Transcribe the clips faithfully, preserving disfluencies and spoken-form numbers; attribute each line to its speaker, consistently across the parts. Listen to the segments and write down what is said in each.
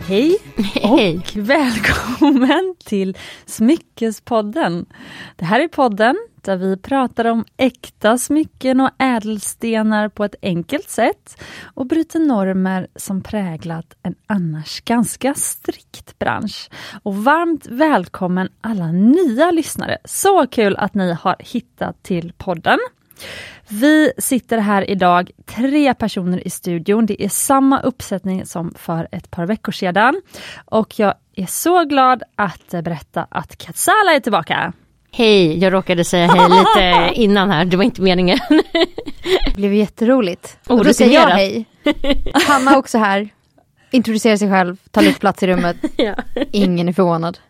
Speaker 1: Hej och välkommen till Smyckespodden. Det här är podden där vi pratar om äkta smycken och ädelstenar på ett enkelt sätt och bryter normer som präglat en annars ganska strikt bransch. Och varmt välkommen alla nya lyssnare. Så kul att ni har hittat till podden. Vi sitter här idag, tre personer i studion. Det är samma uppsättning som för ett par veckor sedan. Och jag är så glad att berätta att Katsala är tillbaka.
Speaker 2: Hej, jag råkade säga hej lite innan här. Det var inte meningen.
Speaker 3: Det blev jätteroligt.
Speaker 2: Oh,
Speaker 3: och då säger jag hej. Hanna också här. Introducerar sig själv, tar lite plats i rummet. Ja. Ingen är förvånad.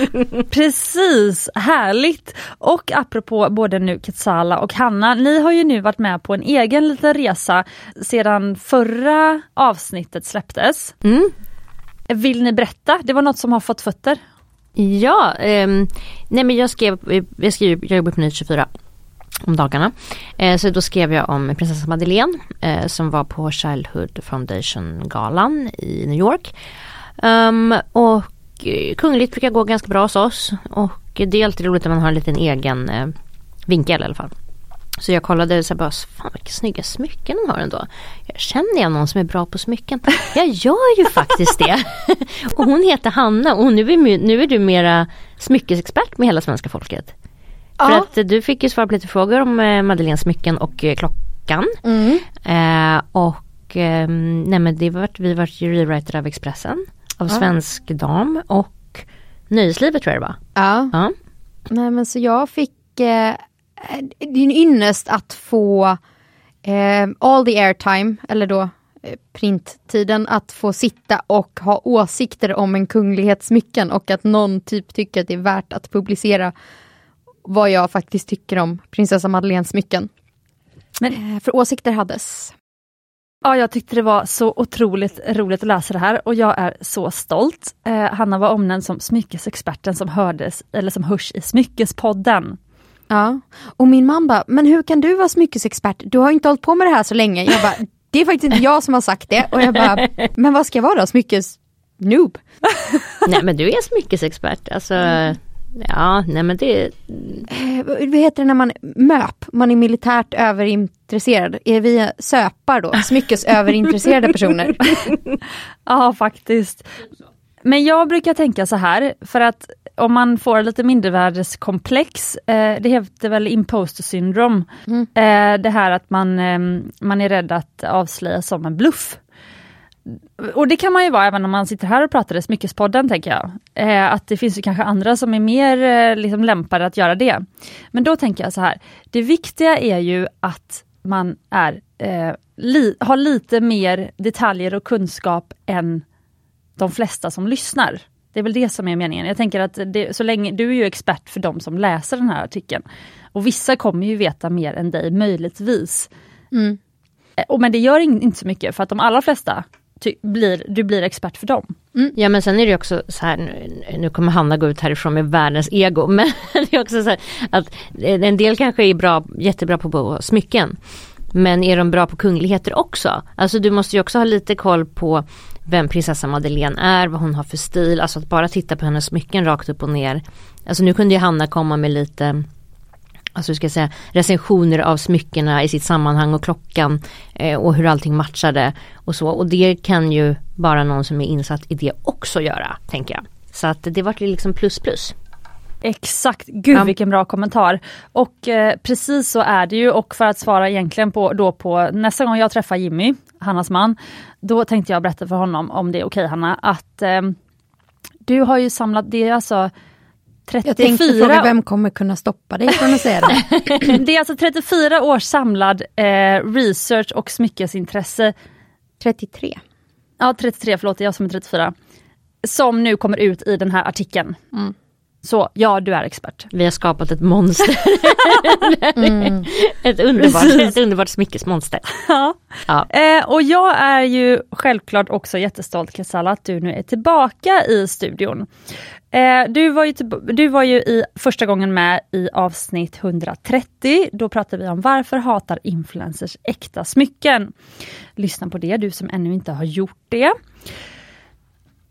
Speaker 1: Precis, härligt. Och apropå både nu Katsala och Hanna, ni har ju nu varit med på en egen liten resa sedan förra avsnittet släpptes. Mm. Vill ni berätta? Det var något som har fått fötter.
Speaker 2: Ja, eh, nej men jag skrev, jag, skrev, jag jobbar på Nytt tjugofyra om dagarna. Eh, så då skrev jag om prinsessa Madeleine eh, som var på Childhood Foundation-galan i New York. Um, och kungligt brukar gå ganska bra hos oss. Och det är alltid roligt att man har en liten egen eh, vinkel i alla fall. Så jag kollade så bara, fan vilka snygga smycken de har ändå. Jag känner jag någon som är bra på smycken? Jag gör ju faktiskt det. Och hon heter Hanna och nu är, nu är du mera smyckesexpert med hela svenska folket. Ja. För att du fick ju svar på lite frågor om eh, Madeleines smycken och eh, klockan. Mm. Eh, och eh, nej men det var, vi var ju rewriter av Expressen. Av ja. Svensk dam och Nöjeslivet tror jag det var.
Speaker 3: Ja. ja. Nej men så jag fick eh, din ynnest att få eh, all the airtime, eller då eh, printtiden, att få sitta och ha åsikter om en kunglighetsmycken och att någon typ tycker att det är värt att publicera vad jag faktiskt tycker om prinsessa Madeleines smycken. Men eh, för åsikter hades.
Speaker 1: Ja, jag tyckte det var så otroligt roligt att läsa det här och jag är så stolt. Eh, Hanna var omnämnd som smyckesexperten som hördes eller som hörs i Smyckespodden.
Speaker 3: Ja, och min mamma bara, men hur kan du vara smyckesexpert? Du har inte hållit på med det här så länge. Jag bara, det är faktiskt inte jag som har sagt det. Och jag bara, men vad ska jag vara då? Smyckes noob?
Speaker 2: Nej, men du är smyckesexpert. Alltså, mm. ja, nej men det...
Speaker 3: Eh, vad heter det när man möp? Man är militärt överintresserad. Är vi söpar då? Smyckesöverintresserade personer?
Speaker 1: Ja, faktiskt. Men jag brukar tänka så här, för att om man får lite mindervärdeskomplex, eh, det heter väl imposter syndrome, mm. eh, det här att man, eh, man är rädd att avslöja som en bluff. Och det kan man ju vara även om man sitter här och pratar i Smyckespodden, tänker jag. Eh, att det finns ju kanske andra som är mer eh, liksom lämpade att göra det. Men då tänker jag så här, det viktiga är ju att man är, eh, li- har lite mer detaljer och kunskap än de flesta som lyssnar. Det är väl det som är meningen. Jag tänker att det, så länge, du är ju expert för de som läser den här artikeln. Och vissa kommer ju veta mer än dig, möjligtvis. Mm. Och, men det gör inte så mycket, för att de allra flesta ty, blir, du blir expert för dem.
Speaker 2: Mm. Ja, men sen är det också så här, nu, nu kommer Hanna gå ut härifrån med världens ego, men det är också så här att en del kanske är bra, jättebra på smycken. Men är de bra på kungligheter också? Alltså du måste ju också ha lite koll på vem prinsessa Madeleine är, vad hon har för stil. Alltså att bara titta på hennes smycken rakt upp och ner. Alltså nu kunde ju Hanna komma med lite, alltså hur ska jag säga, recensioner av smyckena i sitt sammanhang och klockan eh, och hur allting matchade och så. Och det kan ju bara någon som är insatt i det också göra, tänker jag. Så att det var liksom plus plus.
Speaker 1: Exakt, gud ja. Vilken bra kommentar. Och eh, precis så är det ju. Och för att svara egentligen på, då på nästa gång jag träffar Jimmy, Hannas man, då tänkte jag berätta för honom, om det är okej Hanna, att eh, du har ju samlat, det är alltså trettiofyra... Jag
Speaker 3: tänkte fråga, vem kommer kunna stoppa dig från att säga det?
Speaker 1: Det är alltså trettiofyra års samlad eh, research och smyckesintresse.
Speaker 3: trettiotre.
Speaker 1: Ja, trettiotre, förlåt, jag som är trettiofyra. Som nu kommer ut i den här artikeln. Mm. Så ja, du är expert.
Speaker 2: Vi har skapat ett monster. mm. ett, underbart, ett underbart smyckesmonster.
Speaker 1: Ja. Ja. Eh, och jag är ju självklart också jättestolt, Katsala, att du nu är tillbaka i studion. Eh, du, var ju till, du var ju i första gången med i avsnitt hundratrettio. Då pratade vi om varför hatar influencers äkta smycken. Lyssna på det, du som ännu inte har gjort det.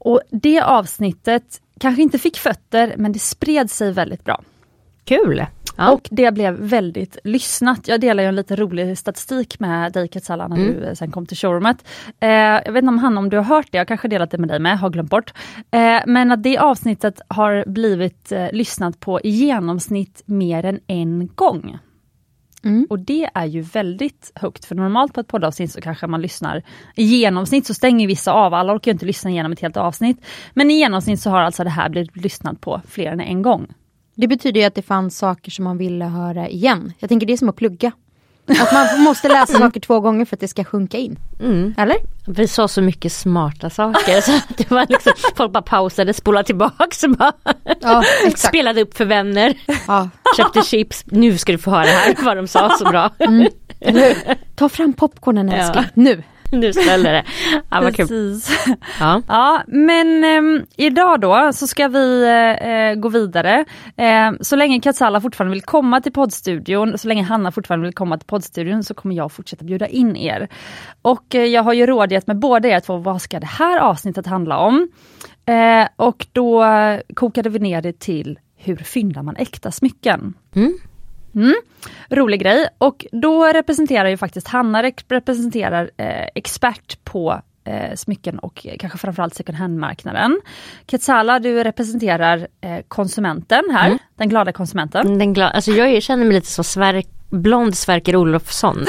Speaker 1: Och det avsnittet kanske inte fick fötter, men det spred sig väldigt bra.
Speaker 2: Kul! Ja.
Speaker 1: Och det blev väldigt lyssnat. Jag delar ju en lite rolig statistik med dig, Katsala, när mm. du sen kom till showroomet. Eh, jag vet inte om han, om du har hört det, jag kanske delat det med dig med, har glömt bort. Eh, men att det avsnittet har blivit eh, lyssnat på i genomsnitt mer än en gång. Mm. Och det är ju väldigt högt, för normalt på ett poddavsnitt så kanske man lyssnar i genomsnitt, så stänger vissa av, alla orkar ju inte lyssna igenom ett helt avsnitt. Men i genomsnitt så har alltså det här blivit lyssnat på fler än en gång.
Speaker 3: Det betyder ju att det fanns saker som man ville höra igen. Jag tänker det är som att plugga. Att man måste läsa saker två gånger för att det ska sjunka in.
Speaker 2: Mm.
Speaker 3: Eller?
Speaker 2: Vi sa så mycket smarta saker så att det var liksom, folk bara pausade, spolade tillbaka så bara
Speaker 3: ja, exakt.
Speaker 2: Spelade upp för vänner.
Speaker 3: Ja.
Speaker 2: Köpte chips. Nu ska du få höra här vad de sa så bra.
Speaker 3: Mm. Eller hur? Ta fram popcornen, älskling. Ja. Nu.
Speaker 2: Nu ställer det. Ja, vad kul.
Speaker 1: Ja. Ja, men eh, idag då så ska vi eh, gå vidare. Eh, så länge Katsala fortfarande vill komma till poddstudion, så länge Hanna fortfarande vill komma till poddstudion, så kommer jag fortsätta bjuda in er. Och eh, jag har ju rådgett med båda er två, vad ska det här avsnittet handla om? Eh, och då kokade vi ner det till hur fyndar man äkta smycken. Mm. Mm. Rolig grej. Och då representerar ju faktiskt Hanna representerar eh, expert på eh, smycken och kanske framförallt second hand-marknaden. Katsala, du representerar eh, konsumenten här, mm. den glada konsumenten.
Speaker 2: Den glada, alltså jag känner mig lite så Sver- blond Sverker Olofsson.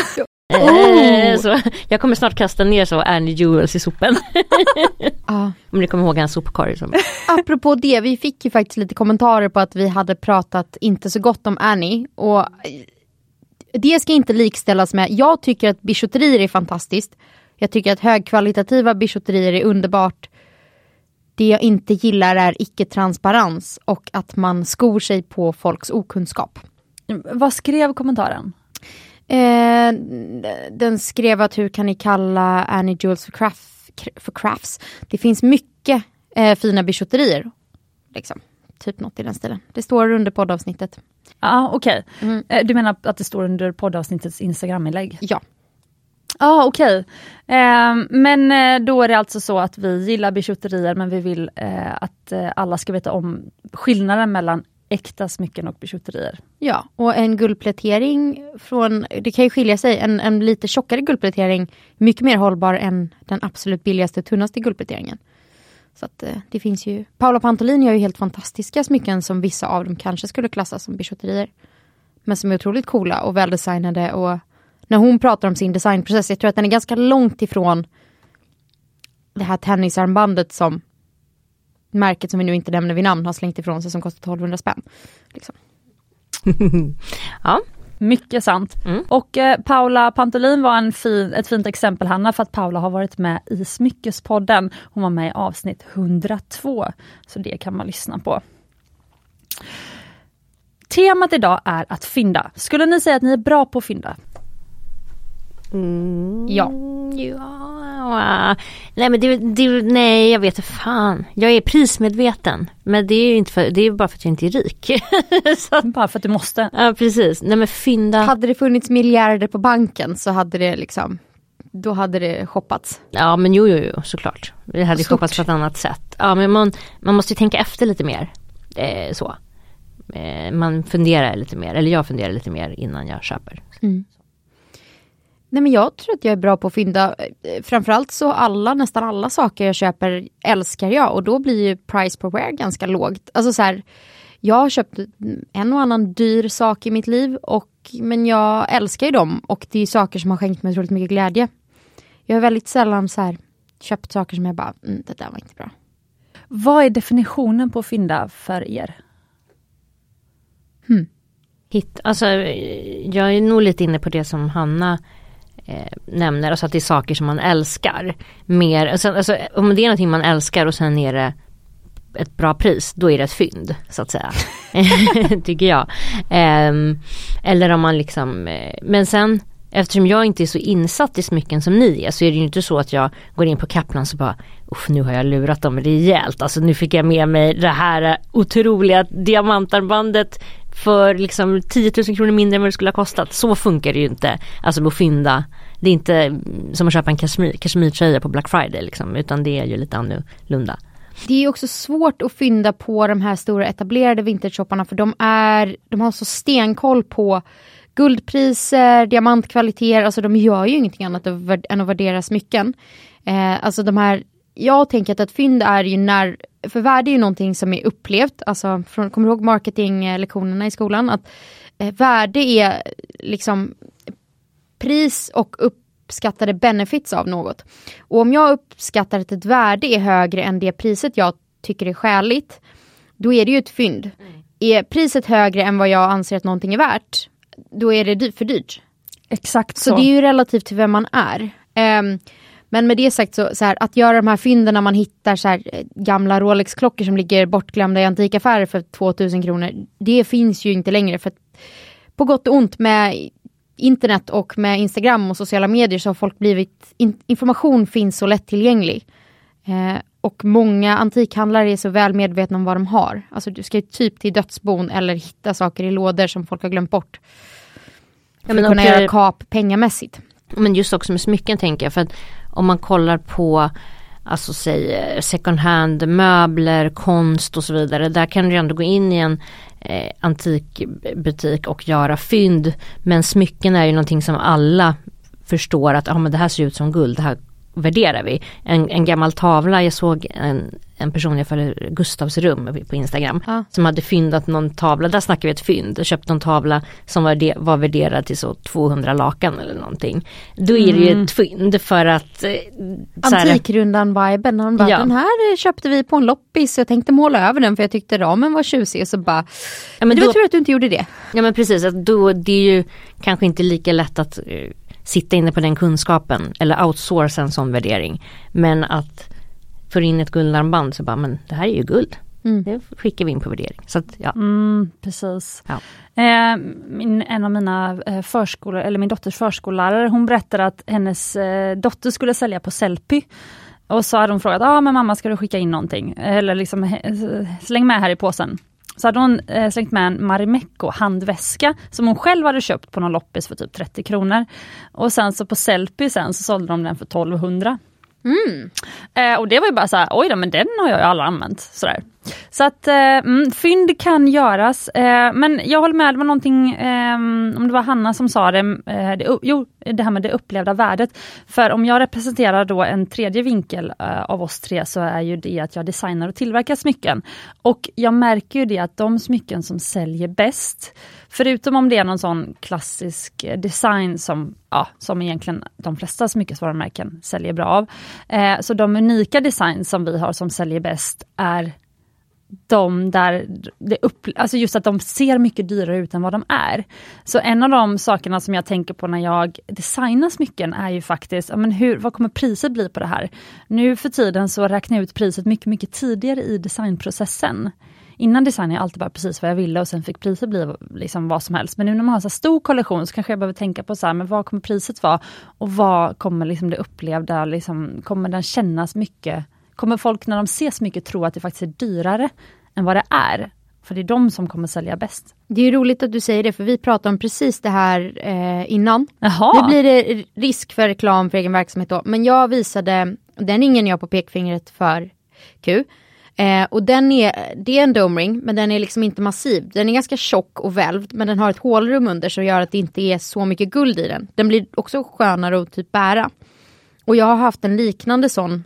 Speaker 3: Oh.
Speaker 2: Så jag kommer snart kasta ner så Annie Jewels i sopen.
Speaker 3: Ah.
Speaker 2: Om ni kommer ihåg en sopkorg som...
Speaker 3: Apropå det, vi fick ju faktiskt lite kommentarer på att vi hade pratat inte så gott om Annie. Och det ska inte likställas med, jag tycker att bijouterier är fantastiskt. Jag tycker att högkvalitativa bijouterier är underbart. Det jag inte gillar är icke-transparens och att man skor sig på folks okunskap.
Speaker 1: Vad skrev kommentaren?
Speaker 3: Eh, den skrev att hur kan ni kalla Annie Jewels för, craft, för crafts? Det finns mycket eh, fina bijouterier. Liksom. Typ något i den stilen. Det står under poddavsnittet.
Speaker 1: Ja, ah, okej. Okay. Mm. Eh, du menar att det står under poddavsnittets Instagram-inlägg?
Speaker 3: Ja.
Speaker 1: Ja, ah, okej. Okay. Eh, men eh, då är det alltså så att vi gillar bijouterier, men vi vill eh, att eh, alla ska veta om skillnaden mellan äkta smycken och bijouterier.
Speaker 3: Ja, och en guldplätering från, det kan ju skilja sig, en, en lite tjockare guldplätering mycket mer hållbar än den absolut billigaste och tunnaste guldpläteringen. Så att eh, det finns ju, Paula Pantolini har ju helt fantastiska smycken som vissa av dem kanske skulle klassas som bijouterier. Men som är otroligt coola och väldesignade, och när hon pratar om sin designprocess, jag tror att den är ganska långt ifrån det här tennisarmbandet som märket som vi nu inte nämner vid namn har slängt ifrån sig, som kostar tolvhundra spänn. Liksom.
Speaker 2: Ja,
Speaker 1: mycket sant. Mm. Och eh, Paula Pantolin var en fin, ett fint exempel, Hanna, för att Paula har varit med i Smyckespodden. Hon var med i avsnitt hundratvå, så det kan man lyssna på. Temat idag är att fynda. Skulle ni säga att ni är bra på att fynda?
Speaker 2: Mm.
Speaker 3: Ja.
Speaker 2: Ja. Nej men det, det, nej jag vet inte fan. Jag är prismedveten, men det är ju inte för, det är bara för att jag inte är rik.
Speaker 1: Så. Bara för att du måste.
Speaker 2: Ja, precis. Nej men fynda.
Speaker 3: Hade det funnits miljarder på banken så hade det liksom, då hade det shoppats.
Speaker 2: Ja men jo jo jo såklart. Det hade Stort. shoppats på ett annat sätt. Ja men man, man måste ju tänka efter lite mer. Eh, så. Eh, man funderar lite mer, eller jag funderar lite mer innan jag köper.
Speaker 3: Mm. Nej, men jag tror att jag är bra på att fynda. Framförallt så alla, nästan alla saker jag köper älskar jag. Och då blir ju price per wear ganska lågt. Alltså så här, jag har köpt en och annan dyr sak i mitt liv. Och, men jag älskar ju dem. Och det är saker som har skänkt mig otroligt mycket glädje. Jag har väldigt sällan så här, köpt saker som jag bara, mm, det där var inte bra.
Speaker 1: Vad är definitionen på att fynda för er?
Speaker 2: Hmm. Hit, alltså, jag är nog lite inne på det som Hanna eh, nämner, alltså att det är saker som man älskar mer, alltså, alltså, om det är någonting man älskar och sen är det ett bra pris, då är det ett fynd så att säga. Tycker jag. Eh, eller om man liksom eh, men sen, eftersom jag inte är så insatt i smycken som ni är, så är det ju inte så att jag går in på Kaplan så bara, uff, nu har jag lurat dem rejält, alltså nu fick jag med mig det här otroliga diamantarmbandet för liksom tio tusen kronor mindre än vad det skulle ha kostat. Så funkar det ju inte. Alltså med att fynda. Det är inte som att köpa en kashmir, kashmirtröja på Black Friday liksom, utan det är ju lite annorlunda.
Speaker 3: Det är också svårt att fynda på de här stora etablerade vintage-shopparna för de, är, de har så stenkoll på guldpriser, diamantkvaliteter, alltså de gör ju ingenting annat än att värdera smycken. Eh, alltså de här, jag tänker att ett fynd är ju när, för värde är ju någonting som är upplevt, alltså från, kommer du ihåg marketinglektionerna i skolan, att eh, värde är liksom pris och uppskattade benefits av något. Och om jag uppskattar att ett värde är högre än det priset jag tycker är skäligt, då är det ju ett fynd. Mm. Är priset högre än vad jag anser att någonting är värt, då är det dy- för dyrt.
Speaker 1: Exakt så.
Speaker 3: Så det är ju relativt till vem man är. Um, men med det sagt så, så här, att göra de här fynden när man hittar så här, gamla Rolex-klockor som ligger bortglömda i antikaffärer för tvåtusen kronor, det finns ju inte längre. För att, på gott och ont med internet och med Instagram och sociala medier så har folk blivit, in, information finns så lättillgänglig. Uh, och många antikhandlare är så väl medvetna om vad de har. Alltså du ska ju typ till dödsbon eller hitta saker i lådor som folk har glömt bort. För ja, men att kunna göra kap pengamässigt.
Speaker 2: Men just också med smycken tänker jag. För att om man kollar på alltså säg second hand, möbler, konst och så vidare. Där kan du ändå gå in i en eh, antikbutik och göra fynd. Men smycken är ju någonting som alla förstår att ah, men det här ser ut som guld, det här värderar vi. En, en gammal tavla, jag såg en, en person, jag följer Gustavs rum på Instagram, ja. Som hade fyndat någon tavla, där snackar vi ett fynd, och köpt någon tavla som var, de, var värderad till så tvåhundra lakan eller någonting. Då är det ju ett fynd för att eh,
Speaker 3: Antikrundan-viben, han bara, ja. Den här köpte vi på en loppis, jag tänkte måla över den för jag tyckte ramen var tjusig, och så bara, ja, men det var tur att du inte gjorde det.
Speaker 2: Ja men precis, att då, det är ju kanske inte lika lätt att eh, sitta inne på den kunskapen eller outsourca en sån värdering. Men att få in ett guldarmband så bara, men det här är ju guld. Mm. Det skickar vi in på värdering. Så att, ja.
Speaker 1: Mm, precis. Ja. Eh, min, en av mina eh, förskolor, eller min dotters förskollärare, hon berättade att hennes eh, dotter skulle sälja på Sellpy. Och så hade hon frågat, ja ah, men mamma, ska du skicka in någonting? Eller liksom, he, släng med här i påsen. Så hade hon eh, slängt med en Marimekko handväska som hon själv hade köpt på någon loppis för typ trettio kronor. Och sen så på Sellpy sen så sålde de den för tolvhundra. Mm. Eh, och det var ju bara så här, oj då, men den har jag ju aldrig använt. Sådär. Så att eh, fynd kan göras. Eh, men jag håller med, det var någonting, eh, om det var Hanna som sa det, eh, det, jo, det här med det upplevda värdet. För om jag representerar då en tredje vinkel eh, av oss tre, så är ju det att jag designar och tillverkar smycken. Och jag märker ju det att de smycken som säljer bäst, förutom om det är någon sån klassisk design som, ja, som egentligen de flesta smyckesvarumärken säljer bra av. Eh, så de unika design som vi har som säljer bäst är de där det upp, alltså just att de ser mycket dyrare ut än vad de är. Så en av de sakerna som jag tänker på när jag designar smycken är ju faktiskt, ja, men hur, vad kommer priset bli på det här? Nu för tiden så räknar jag ut priset mycket, mycket tidigare i designprocessen. Innan designade jag alltid bara precis vad jag ville och sen fick priset bli liksom vad som helst. Men nu när man har så stor kollektion så kanske jag behöver tänka på så här, men vad kommer priset vara? Och vad kommer liksom det upplevda, liksom, kommer den kännas mycket? Kommer folk när de ses mycket tro att det faktiskt är dyrare än vad det är? För det är de som kommer sälja bäst.
Speaker 3: Det är ju roligt att du säger det, för vi pratade om precis det här eh, innan.
Speaker 1: Jaha.
Speaker 3: Nu blir det risk för reklam för egen verksamhet då. Men jag visade, den ingen jag på pekfingret för Q. Eh, och den är, det är en dome ring, men den är liksom inte massiv. Den är ganska tjock och välvd, men den har ett hålrum under så gör att det inte är så mycket guld i den. Den blir också skönare att typ bära. Och jag har haft en liknande sån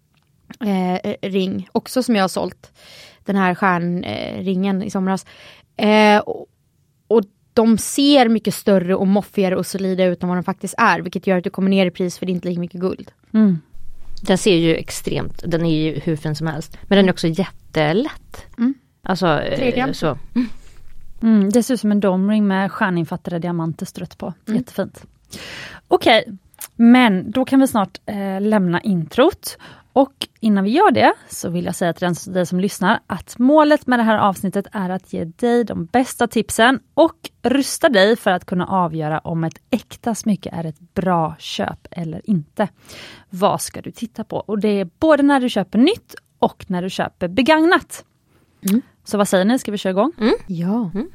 Speaker 3: eh, ring också som jag har sålt. Den här stjärnringen eh, i somras. Eh, och, och de ser mycket större och moffigare och solida ut än vad de faktiskt är. Vilket gör att du kommer ner i pris för det är inte lika mycket guld.
Speaker 2: Mm. Den ser ju extremt, den är ju hur fin som helst. Men den är också jättelätt. Mm. Alltså, eh, så. Mm.
Speaker 1: Mm, det ser ut som en domring med stjärninfattade diamanter strött på. Mm. Jättefint. Okej, okay, men då kan vi snart eh, lämna introt. Och innan vi gör det så vill jag säga till dig som lyssnar att målet med det här avsnittet är att ge dig de bästa tipsen och rusta dig för att kunna avgöra om ett äkta smycke är ett bra köp eller inte. Vad ska du titta på? Och det är både när du köper nytt och när du köper begagnat. Mm. Så vad säger ni? Ska vi köra igång?
Speaker 3: Mm. Ja. Mm.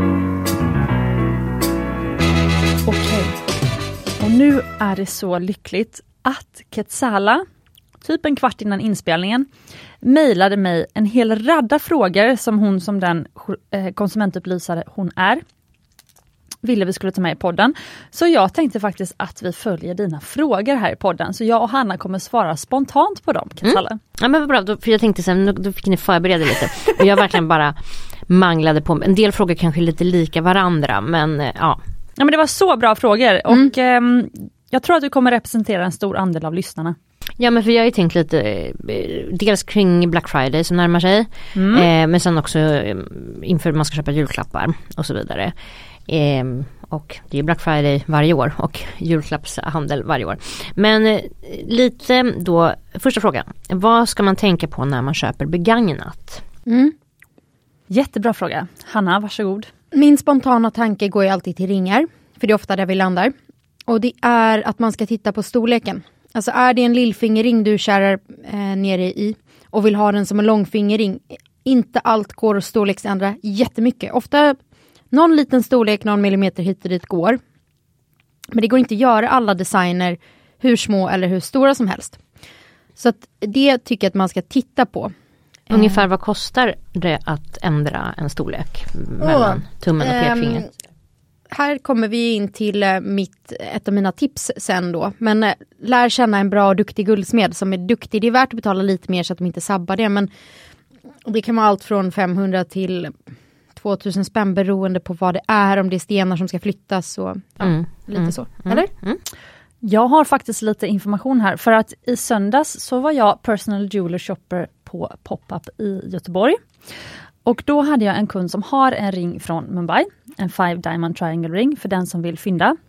Speaker 1: Okej. Och nu är det så lyckligt att Quetzala, typ en kvart innan inspelningen, mejlade mig en hel radda frågor som hon som den eh, konsumentupplysare hon är ville vi skulle ta med i podden. Så jag tänkte faktiskt att vi följer dina frågor här i podden. Så jag och Hanna kommer svara spontant på dem, Quetzala. Mm.
Speaker 2: Ja, men vad bra, då, för jag tänkte sen, då fick ni förbereda lite. Och jag verkligen bara manglade på. En del frågor kanske lite lika varandra, men ja.
Speaker 1: Ja, men det var så bra frågor. Mm. Och eh, jag tror att du kommer representera en stor andel av lyssnarna.
Speaker 2: Ja, men för jag har ju tänkt lite dels kring Black Friday som närmar sig. Mm. Eh, men sen också eh, inför man ska köpa julklappar och så vidare. Eh, och det är Black Friday varje år och julklappshandel varje år. Men eh, lite då, första frågan. Vad ska man tänka på när man köper begagnat?
Speaker 3: Mm.
Speaker 1: Jättebra fråga. Hanna, varsågod.
Speaker 3: Min spontana tanke går ju alltid till ringar. För det är ofta där vi landar. Och det är att man ska titta på storleken. Alltså är det en lillfingerring du kär eh, nere i och vill ha den som en långfingerring. Inte allt går att storleksändra jättemycket. Ofta någon liten storlek, någon millimeter hit och dit går. Men det går inte att göra alla designer hur små eller hur stora som helst. Så att det tycker jag att man ska titta på.
Speaker 2: Ungefär vad kostar det att ändra en storlek mellan oh, tummen och pekfingret? Um,
Speaker 3: här kommer vi in till uh, mitt, ett av mina tips sen då. Men uh, lär känna en bra och duktig guldsmed som är duktig. Det är värt att betala lite mer så att de inte sabbar det. Men det kan vara allt från femhundra till tvåtusen spänn beroende på vad det är. Om det är stenar som ska flyttas och ja, mm, lite mm, så. Eller? Mm, mm.
Speaker 1: Jag har faktiskt lite information här. För att i söndags så var jag personal jeweler shopper på Pop-Up i Göteborg. Och då hade jag en kund som har en ring från Mumbai. En five diamond triangle ring för den som vill fynda.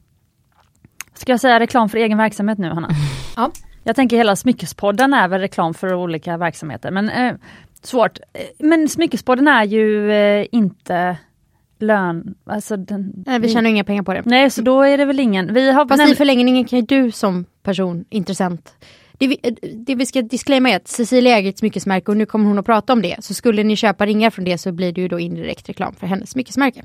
Speaker 1: Ska jag säga reklam för egen verksamhet nu, Hanna?
Speaker 3: Ja.
Speaker 1: Jag tänker hela Smyckespodden är väl reklam för olika verksamheter. Men eh, svårt. Men Smyckespodden är ju eh, inte lön. Alltså den,
Speaker 3: nej, vi tjänar inga pengar på det.
Speaker 1: Nej, så då är det väl ingen. Vi har,
Speaker 3: fast
Speaker 1: nej,
Speaker 3: i förlängningen kan ju du som person, intressant. Det vi, det vi ska disclaima är att Cecilia äger ett smyckesmärke och nu kommer hon att prata om det. Så skulle ni köpa ringar från det så blir det ju då indirekt reklam för hennes smyckesmärke.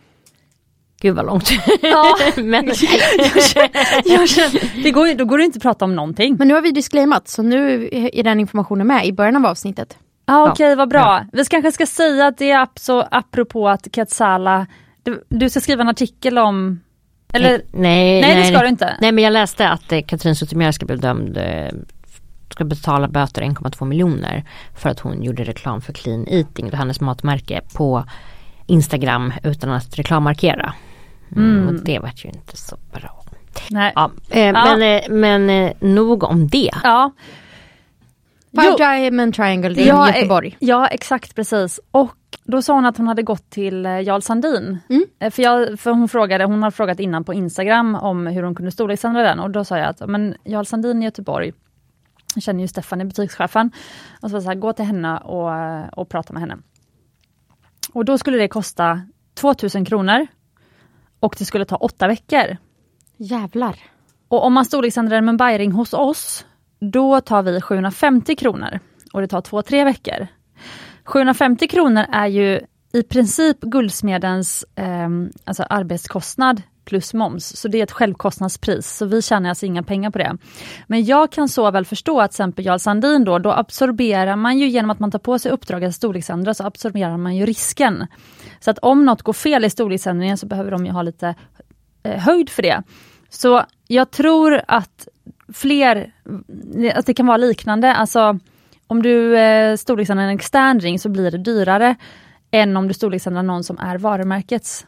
Speaker 2: Gud vad långt.
Speaker 1: Ja, men jag känner, jag känner, det går, då går det inte att prata om någonting.
Speaker 3: Men nu har vi disclaimat så nu är den informationen med i början av avsnittet.
Speaker 1: Ah, okej, okay, vad bra. Ja. Vi kanske ska säga att det är så apropå att Quetzala, du, du ska skriva en artikel om... Eller,
Speaker 2: nej, nej,
Speaker 1: nej, det
Speaker 2: nej,
Speaker 1: ska du inte.
Speaker 2: Nej, men jag läste att eh, Katrin Zytomierska ska bli dömd, eh, ska betala böter en komma två miljoner för att hon gjorde reklam för Clean Eating, det hennes matmärke, på Instagram utan att reklammarkera. Mm, mm. Och det var ju inte så bra.
Speaker 1: Nej.
Speaker 2: Ja, eh, ja. Men, eh, men eh, nog om det.
Speaker 1: Ja.
Speaker 3: Five Diamond Triangle i ja, Göteborg.
Speaker 1: Ja, exakt, precis. Och då sa hon att hon hade gått till Jarl Sandin.
Speaker 3: Mm.
Speaker 1: För, jag, för hon frågade, hon har frågat innan på Instagram om hur hon kunde storleksändra den. Och då sa jag att men Jarl Sandin i Göteborg, jag känner ju Stefan i butikschefen. Och så var så här, gå till henne och, och prata med henne. Och då skulle det kosta tvåtusen kronor. Och det skulle ta åtta veckor.
Speaker 3: Jävlar.
Speaker 1: Och om man storleksändrar en Mumbai-ring hos oss, då tar vi sjuhundrafemtio kronor. Och det tar två, tre veckor. sjuhundrafemtio kronor är ju i princip guldsmedens eh, alltså arbetskostnad plus moms. Så det är ett självkostnadspris. Så vi tjänar alltså inga pengar på det. Men jag kan så väl förstå att till exempel Jarl Sandin då, då absorberar man ju genom att man tar på sig uppdraget storleksändra så absorberar man ju risken. Så att om något går fel i storleksändringen så behöver de ju ha lite eh, höjd för det. Så jag tror att fler, att det kan vara liknande. Alltså om du eh, storleksändrar en extern ring så blir det dyrare än om du storleksändrar någon som är varumärkets.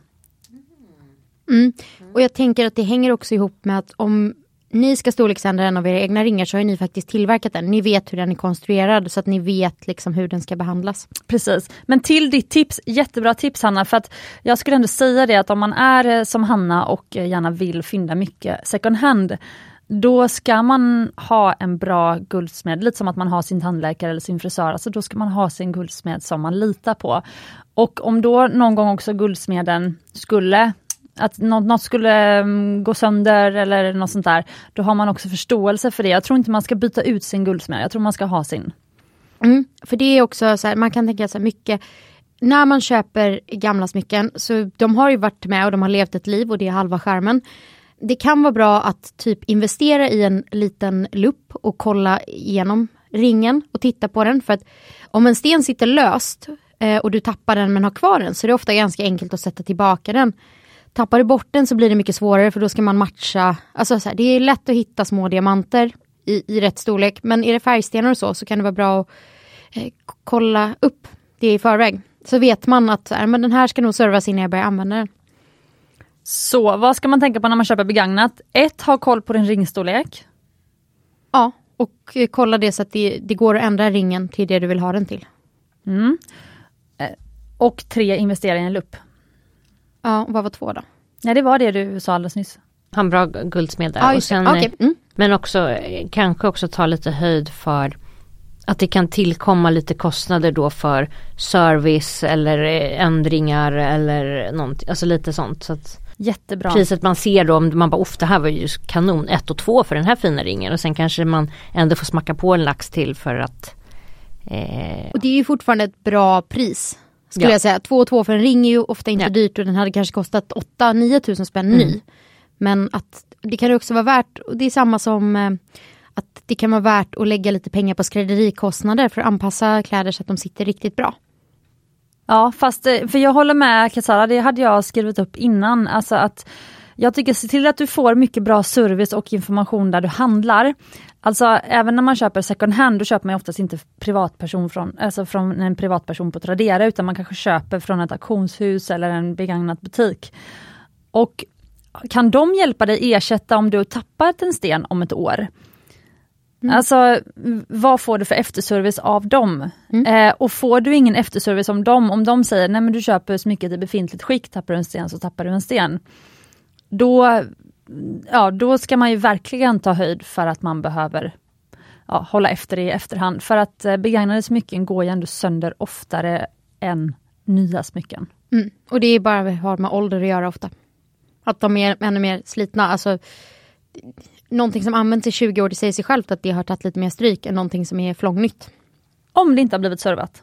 Speaker 3: Mm. Och jag tänker att det hänger också ihop med att om ni ska storleksändra en av era egna ringar så har ni faktiskt tillverkat den. Ni vet hur den är konstruerad så att ni vet liksom hur den ska behandlas.
Speaker 1: Precis. Men till ditt tips, jättebra tips Hanna, för att jag skulle ändå säga det att om man är som Hanna och gärna vill fynda mycket second hand, då ska man ha en bra guldsmed, lite som att man har sin tandläkare eller sin frisör, alltså då ska man ha sin guldsmed som man litar på. Och om då någon gång också guldsmeden skulle, att något, något skulle um, gå sönder eller något sånt där, då har man också förståelse för det. Jag tror inte man ska byta ut sin guldsmed, jag tror man ska ha sin.
Speaker 3: Mm, för det är också så här, man kan tänka så här mycket, när man köper gamla smycken, så de har ju varit med och de har levt ett liv och det är halva skärmen. det kan vara bra att typ investera i en liten lupp och kolla igenom ringen och titta på den. För att om en sten sitter löst eh, och du tappar den men har kvar den, så är det ofta ganska enkelt att sätta tillbaka den. Tappar du bort den så blir det mycket svårare, för då ska man matcha. Alltså så här, det är lätt att hitta små diamanter i, i rätt storlek. Men är det färgstenar och så så kan det vara bra att eh, kolla upp det i förväg. Så vet man att äh, men den här ska nog servas innan jag börjar använda den.
Speaker 1: Så vad ska man tänka på när man köper begagnat? Ett, ha koll på din ringstorlek.
Speaker 3: Ja, och eh, kolla det så att det, det går att ändra ringen till det du vill ha den till.
Speaker 1: Mm. Eh, och tre, investera i en lupp.
Speaker 3: Ja, vad var två då?
Speaker 1: Ja, det var det du sa alldeles nyss.
Speaker 2: Ha en bra guldsmed där.
Speaker 3: Ja,
Speaker 2: och sen,
Speaker 3: okay. mm.
Speaker 2: Men också kanske också ta lite höjd för att det kan tillkomma lite kostnader då för service eller ändringar eller någonting. Alltså lite sånt. Så att
Speaker 1: jättebra.
Speaker 2: Priset man ser då, om man bara, ofta här var ju kanon, ett och två för den här fina ringen. Och sen kanske man ändå får smacka på en lax till för att... Eh...
Speaker 3: Och det är ju fortfarande ett bra pris. Skulle
Speaker 2: ja.
Speaker 3: jag säga. Två och två för en ring är ju ofta inte
Speaker 2: ja.
Speaker 3: dyrt, och den hade kanske kostat åtta till nio tusen spänn mm. ny. Men att det kan ju också vara värt, och det är samma som eh, att det kan vara värt att lägga lite pengar på skrädderikostnader för att anpassa kläder så att de sitter riktigt bra.
Speaker 1: Ja, fast för jag håller med Casara, det hade jag skrivit upp innan. Alltså att jag tycker se till att du får mycket bra service och information där du handlar. Alltså även när man köper second hand, då köper man oftast inte privatperson från, alltså från en privatperson på Tradera, utan man kanske köper från ett auktionshus eller en begagnat butik. Och kan de hjälpa dig ersätta om du har tappat en sten om ett år? Mm. Alltså, vad får du för efterservice av dem? Mm. Eh, och får du ingen efterservice om dem, om de säger, nej men du köper smycket i befintligt skick, tappar du en sten så tappar du en sten. Då, ja, då ska man ju verkligen ta höjd för att man behöver ja, hålla efter det i efterhand. För att eh, begagnade smycken går ju ändå sönder oftare än nya smycken.
Speaker 3: Mm. Och det är bara har med ålder att göra ofta. Att de är ännu mer slitna. Alltså, någonting som används i tjugo år, det säger sig självt att det har tagit lite mer stryk än någonting som är flångnytt.
Speaker 1: Om det inte har blivit servat.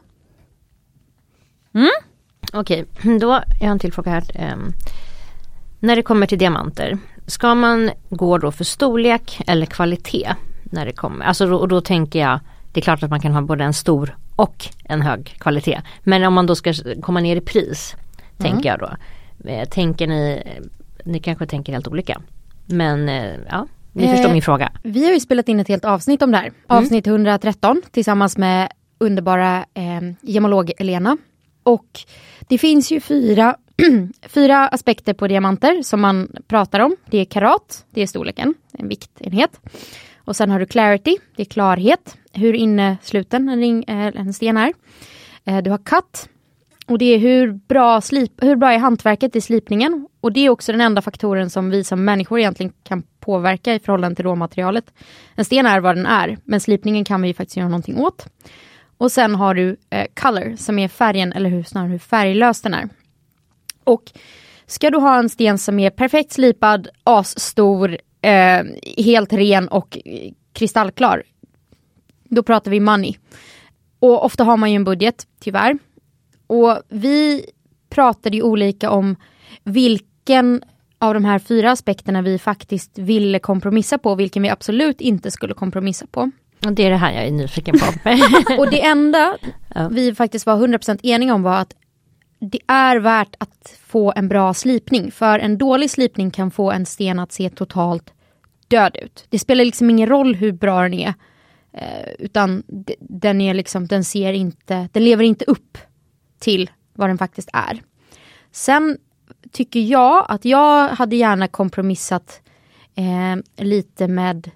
Speaker 1: Mm?
Speaker 2: Okej, då jag har en till fråga här. Um, när det kommer till diamanter, ska man gå då för storlek eller kvalitet när det kommer? Alltså då, och då tänker jag, det är klart att man kan ha både en stor och en hög kvalitet. Men om man då ska komma ner i pris, mm. tänker jag då. Tänker ni, ni kanske tänker helt olika. Men ja, ni eh, förstår min fråga.
Speaker 3: Vi har ju spelat in ett helt avsnitt om det här. Avsnitt mm. etthundratretton tillsammans med underbara eh, gemolog Elena. Och det finns ju fyra, fyra aspekter på diamanter som man pratar om. Det är karat, det är storleken, en viktenhet. Och sen har du clarity, det är klarhet. Hur innesluten en, ring, eh, en sten är. Eh, du har cut. Och det är hur bra, slip, hur bra är hantverket i slipningen. Och det är också den enda faktoren som vi som människor egentligen kan påverka i förhållande till råmaterialet. En sten är vad den är, men slipningen kan vi ju faktiskt göra någonting åt. Och sen har du eh, color som är färgen, eller hur, snarare hur färglös den är. Och ska du ha en sten som är perfekt slipad, asstor, eh, helt ren och kristallklar, då pratar vi money. Och ofta har man ju en budget, tyvärr. Och vi pratade ju olika om vilken av de här fyra aspekterna vi faktiskt ville kompromissa på, vilken vi absolut inte skulle kompromissa på.
Speaker 2: Och det är det här jag är nyfiken på.
Speaker 3: Och det enda ja. vi faktiskt var hundra procent eniga om var att det är värt att få en bra slipning. För en dålig slipning kan få en sten att se totalt död ut. Det spelar liksom ingen roll hur bra den är. Eh, utan d- den är liksom, den ser inte, den lever inte upp till vad den faktiskt är. Sen tycker jag att jag hade gärna kompromissat eh, lite med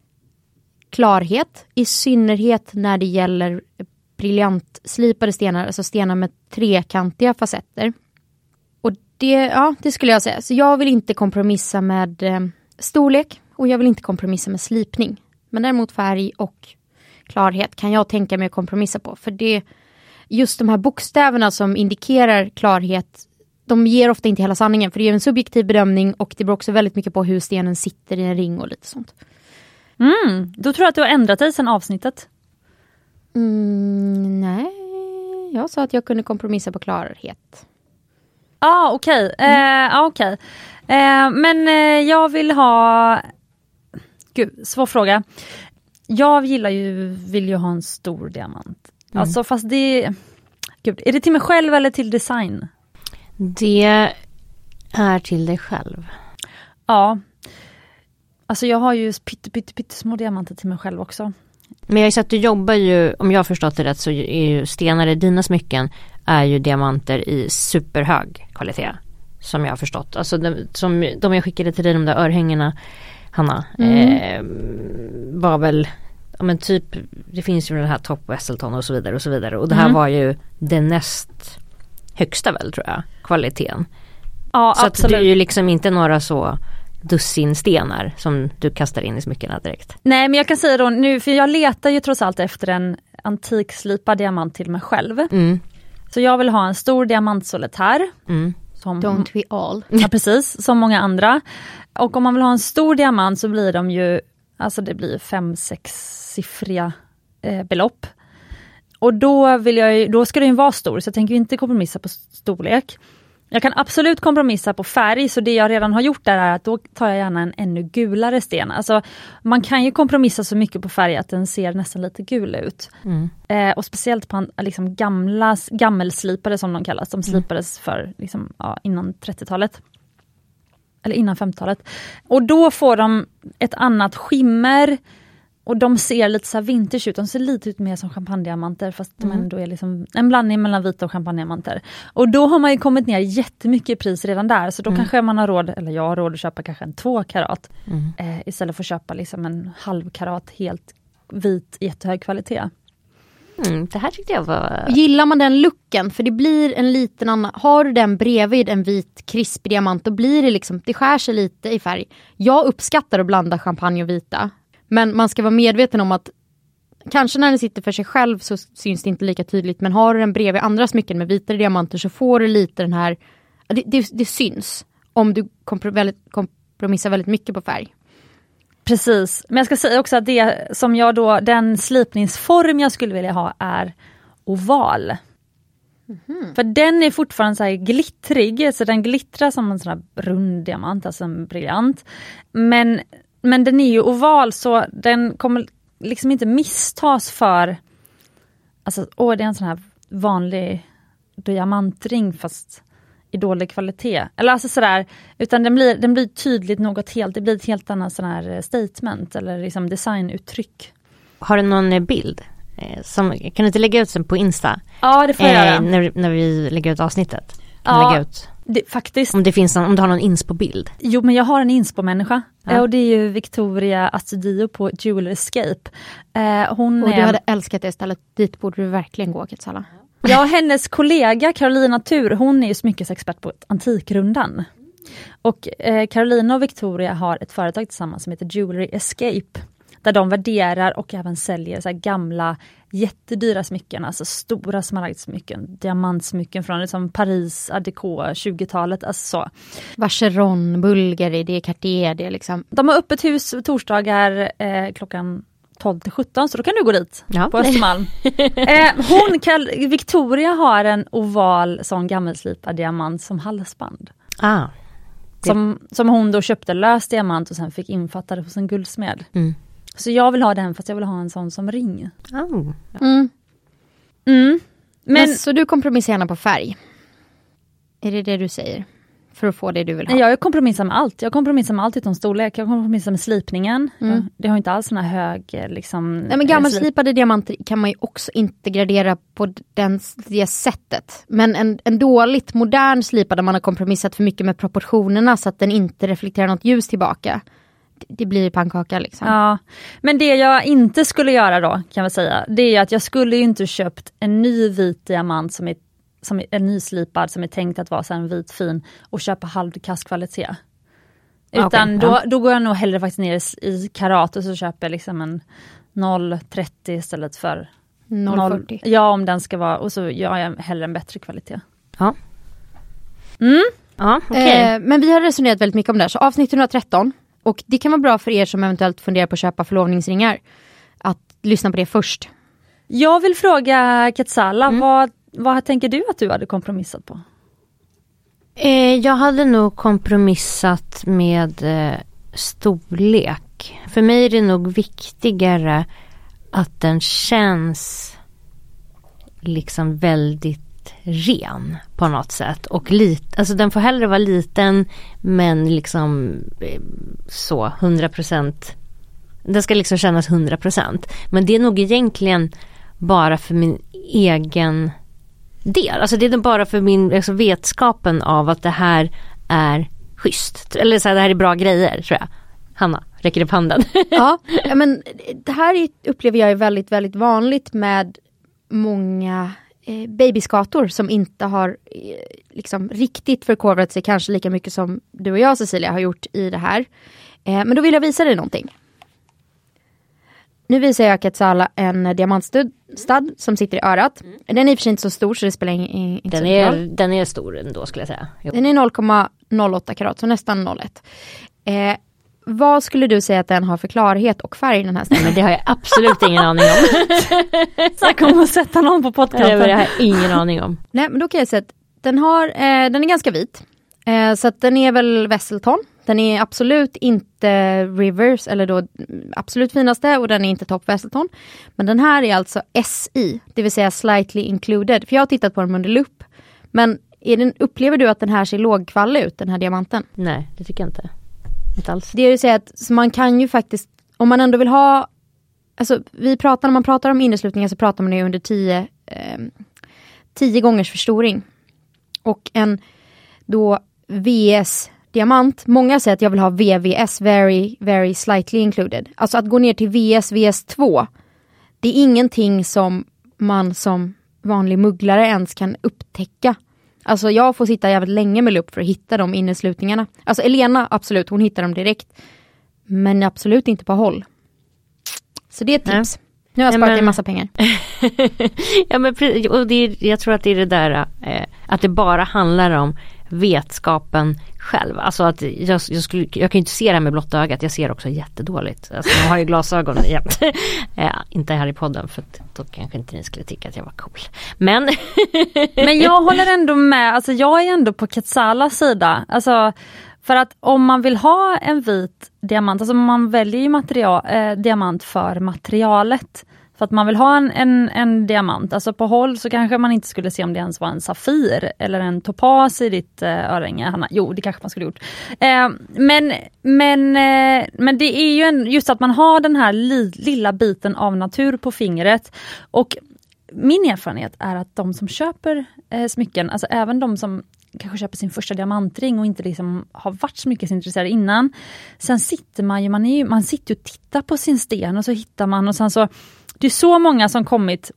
Speaker 3: klarhet. I synnerhet när det gäller briljantslipade stenar. Alltså stenar med trekantiga facetter. Och det, ja, det skulle jag säga. Så jag vill inte kompromissa med eh, storlek. Och jag vill inte kompromissa med slipning. Men däremot färg och klarhet kan jag tänka mig att kompromissa på. För det, just de här bokstäverna som indikerar klarhet, de ger ofta inte hela sanningen. För det är en subjektiv bedömning och det beror också väldigt mycket på hur stenen sitter i en ring och lite sånt.
Speaker 1: Mm, då tror jag att du har ändrat dig sedan avsnittet.
Speaker 3: Mm, nej, jag sa att jag kunde kompromissa på klarhet.
Speaker 1: ah, okej. Okay. Mm. Eh, okay. eh, men eh, jag vill ha... Gud, svår fråga. Jag gillar ju, vill ju ha en stor diamant. Mm. Alltså fast det... Gud, är det till mig själv eller till design?
Speaker 2: Det är till dig själv.
Speaker 1: Ja. Alltså jag har ju pytte, pytte, pytte små diamanter till mig själv också.
Speaker 2: Men jag har sett att du jobbar ju, om jag har förstått det rätt, så är ju stenar i dina smycken är ju diamanter i superhög kvalitet. Som jag har förstått. Alltså de, som, de jag skickade till dig, de där örhängena, Hanna, mm. eh, var väl, ja men typ, det finns ju den här Top Wesselton och så vidare och så vidare. Och det här mm. var ju den näst högsta väl, tror jag, kvaliteten.
Speaker 1: Ja,
Speaker 2: så
Speaker 1: absolut.
Speaker 2: att det är ju liksom inte några så dussin stenar som du kastar in i smyckena direkt.
Speaker 1: Nej, men jag kan säga då nu, för jag letar ju trots allt efter en antikslipad diamant till mig själv. Mm. Så jag vill ha en stor diamantsolitär.
Speaker 2: Mm.
Speaker 3: Som, Don't we all.
Speaker 1: Ja, precis. Som många andra. Och om man vill ha en stor diamant så blir de ju, alltså det blir fem, sex-siffriga eh, belopp. Och då vill jag ju, då ska den ju vara stor, så jag tänker inte kompromissa på storlek. Jag kan absolut kompromissa på färg, så det jag redan har gjort där är att då tar jag gärna en ännu gulare sten. Alltså man kan ju kompromissa så mycket på färg att den ser nästan lite gul ut. Mm. Eh, och speciellt på liksom gamla, gammelslipade som de kallas. De slipades för liksom, ja, innan trettiotalet. Eller innan femtiotalet. Och då får de ett annat skimmer. Och de ser lite så här vintage ut. De ser lite ut mer som champagnediamanter. Fast de ändå är liksom en blandning mellan vita och champagnediamanter. Och då har man ju kommit ner jättemycket i pris redan där. Så då mm. kanske man har råd, eller jag har råd att köpa kanske en två karat. Mm. Eh, istället för att köpa liksom en halv karat helt vit jättehög kvalitet.
Speaker 2: Mm, det här tyckte jag var...
Speaker 3: Gillar man den looken? För det blir en liten annan... Har du den bredvid en vit krispig diamant, då blir det liksom... Det skär sig lite i färg. Jag uppskattar att blanda champagne och vita. Men man ska vara medveten om att kanske när den sitter för sig själv så syns det inte lika tydligt. Men har du den bredvid andra smycken med vitare diamanter så får du lite den här... Det, det, det syns om du kompr- väldigt, kompromissar väldigt mycket på färg.
Speaker 1: Precis. Men jag ska säga också att det som jag då... Den slipningsform jag skulle vilja ha är oval. Mm-hmm. För den är fortfarande så här glittrig. Så den glittrar som en sån här rund diamant. Alltså en briljant. Men... Men den är ju oval, så den kommer liksom inte misstas för... Alltså, åh, det är en sån här vanlig diamantring fast i dålig kvalitet. Eller alltså sådär, utan den blir, den blir tydligt något helt... Det blir ett helt annat sån här statement eller liksom designuttryck.
Speaker 2: Har du någon bild? Som, kan du inte lägga ut den på Insta?
Speaker 1: Ja, det får jag göra.
Speaker 2: Eh, när, när vi lägger ut avsnittet.
Speaker 1: Ja.
Speaker 2: Lägga ut.
Speaker 1: Det, faktiskt.
Speaker 2: Om det finns någon, om du har någon inspo-bild.
Speaker 1: Jo, men jag har en inspo-människa.
Speaker 2: Ja.
Speaker 1: Och det är ju Victoria Astudio på Jewelry Escape. Eh, hon
Speaker 3: och du
Speaker 1: är...
Speaker 3: hade älskat det stället. Dit borde du verkligen gå, Ketsala.
Speaker 1: Ja, hennes kollega Carolina Tur, hon är ju smyckesexpert på Antikrundan. Och eh, Carolina och Victoria har ett företag tillsammans som heter Jewelry Escape. Där de värderar och även säljer så här gamla jättedyra smycken, alltså stora smaragdsmycken, diamantsmycken från liksom Paris, Art Deco, tjugotalet, alltså så.
Speaker 3: Vacheron, Bulgari, det är Cartier, det är liksom.
Speaker 1: De har öppet hus torsdagar eh, klockan tolv till sjutton, så då kan du gå dit
Speaker 2: ja.
Speaker 1: på Östermalm. eh, hon kall, Victoria har en oval sån gammelslipad diamant som halsband.
Speaker 2: Ah.
Speaker 1: Som, som hon då köpte lös diamant och sen fick infattade hos en guldsmed. Mm. Så jag vill ha den fast jag vill ha en sån som ring.
Speaker 2: Oh.
Speaker 3: Mm.
Speaker 1: Mm. Men,
Speaker 3: Men så du kompromissar gärna på färg? Är det det du säger? För att få det du vill ha?
Speaker 1: Jag kompromissar med allt. Jag kompromissar med allt utom storlek. Jag kompromissar med slipningen. Mm. Det har inte alls sån här hög... Liksom,
Speaker 3: Nej, men gammalslipade diamanter kan man ju också inte gradera på den, det sättet. Men en, en dåligt modern slipad där man har kompromissat för mycket med proportionerna så att den inte reflekterar något ljus tillbaka. Det blir pannkaka liksom.
Speaker 1: Ja, men det jag inte skulle göra då, kan vi säga, det är att jag skulle ju inte köpt en ny vit diamant som är, som är en nyslipad som är tänkt att vara så en vit fin och köpa halvkass kvalitet. Utan okay, då, ja. då går jag nog hellre faktiskt ner i karat och så köper jag liksom en noll komma trettio istället för
Speaker 3: noll komma fyrtio.
Speaker 1: Ja, om den ska vara, och så gör jag hellre en bättre kvalitet.
Speaker 2: Ja.
Speaker 1: Mm.
Speaker 2: Ja, okay.
Speaker 3: eh, men vi har resonerat väldigt mycket om det här, så avsnitt etthundratretton. Och det kan vara bra för er som eventuellt funderar på att köpa förlovningsringar att lyssna på det först.
Speaker 1: Jag vill fråga Ketsala, mm. vad, vad tänker du att du hade kompromissat på?
Speaker 2: Eh, jag hade nog kompromissat med eh, storlek. För mig är det nog viktigare att den känns liksom väldigt ren på något sätt. Och lit, alltså den får hellre vara liten men liksom eh, så hundra procent. Den ska liksom kännas hundra procent. Men det är nog egentligen bara för min egen del. Alltså det är bara för min alltså vetskapen av att det här är schysst. Eller så här, det här är bra grejer, tror jag. Hanna, räcker upp handen.
Speaker 3: Ja, men det här är, upplever jag är väldigt, väldigt vanligt med många eh, babyskator som inte har eh, liksom riktigt förkovrat sig kanske lika mycket som du och jag, Cecilia, har gjort i det här. Eh, men då vill jag visa dig någonting. Nu visar jag Quetzala en diamantstad som sitter i örat. Mm. Den är i och för sig inte så stor så det spelar ingen
Speaker 2: den är roll. Den är stor ändå skulle jag säga. Jo.
Speaker 3: Den är noll komma noll åtta karat, så nästan noll komma ett. Eh, vad skulle du säga att den har för klarhet och färg den här stämmen?
Speaker 2: Men det har jag absolut ingen aning om.
Speaker 1: Så jag kommer att sätta någon på podcasten.
Speaker 2: Det har jag ingen aning om.
Speaker 3: Nej, men då kan jag säga att den, har, eh, den är ganska vit. Eh, så att den är väl Wesselton. Den är absolut inte Rivers, eller då absolut finaste, och den är inte Top Wesselton. Men den här är alltså S I, det vill säga slightly included. För jag har tittat på den under lupp. Men är den, upplever du att den här ser lågkvallig ut, den här diamanten?
Speaker 2: Nej, det tycker jag inte. Inte alls.
Speaker 3: Det är ju så att så man kan ju faktiskt, om man ändå vill ha, alltså vi pratar, när man pratar om inneslutningar så pratar man ju under tio, eh, tio gångers förstoring. Och en då V S diamant, många säger att jag vill ha V V S, very, very slightly included. Alltså att gå ner till V S, V S två, det är ingenting som man som vanlig mugglare ens kan upptäcka. Alltså jag får sitta jävligt länge med lupp för att hitta de inneslutningarna. Alltså Elena, absolut, hon hittar dem direkt. Men absolut inte på håll. Så det är ett tips. Ja. Nu har jag sparat ja, men... en massa pengar.
Speaker 2: Ja, men och det är, jag tror att det är det där eh, att det bara handlar om vetskapen själv. Alltså att jag, jag, skulle, jag kan ju inte se det här med blotta ögat. Jag ser också jättedåligt. Alltså jag har ju glasögon jämt. Ja, inte här i podden för att då kanske inte ni skulle tycka att jag var cool. Men
Speaker 1: Men jag håller ändå med. Alltså jag är ändå på Quetzalas sida. Alltså för att om man vill ha en vit diamant, alltså man väljer ju material, eh, diamant för materialet. För att man vill ha en, en, en diamant. Alltså på håll så kanske man inte skulle se om det ens var en safir eller en topas i ditt eh, örhänge. Hanna. Jo, det kanske man skulle gjort. Eh, men, men, eh, men det är ju en, just att man har den här li, lilla biten av natur på fingret. Och min erfarenhet är att de som köper eh, smycken, alltså även de som kanske köper sin första diamantring och inte liksom har varit så mycket intresserad innan. Sen sitter man ju, man, är ju, man sitter och tittar på sin sten och så hittar man och sen så det är så många som kommit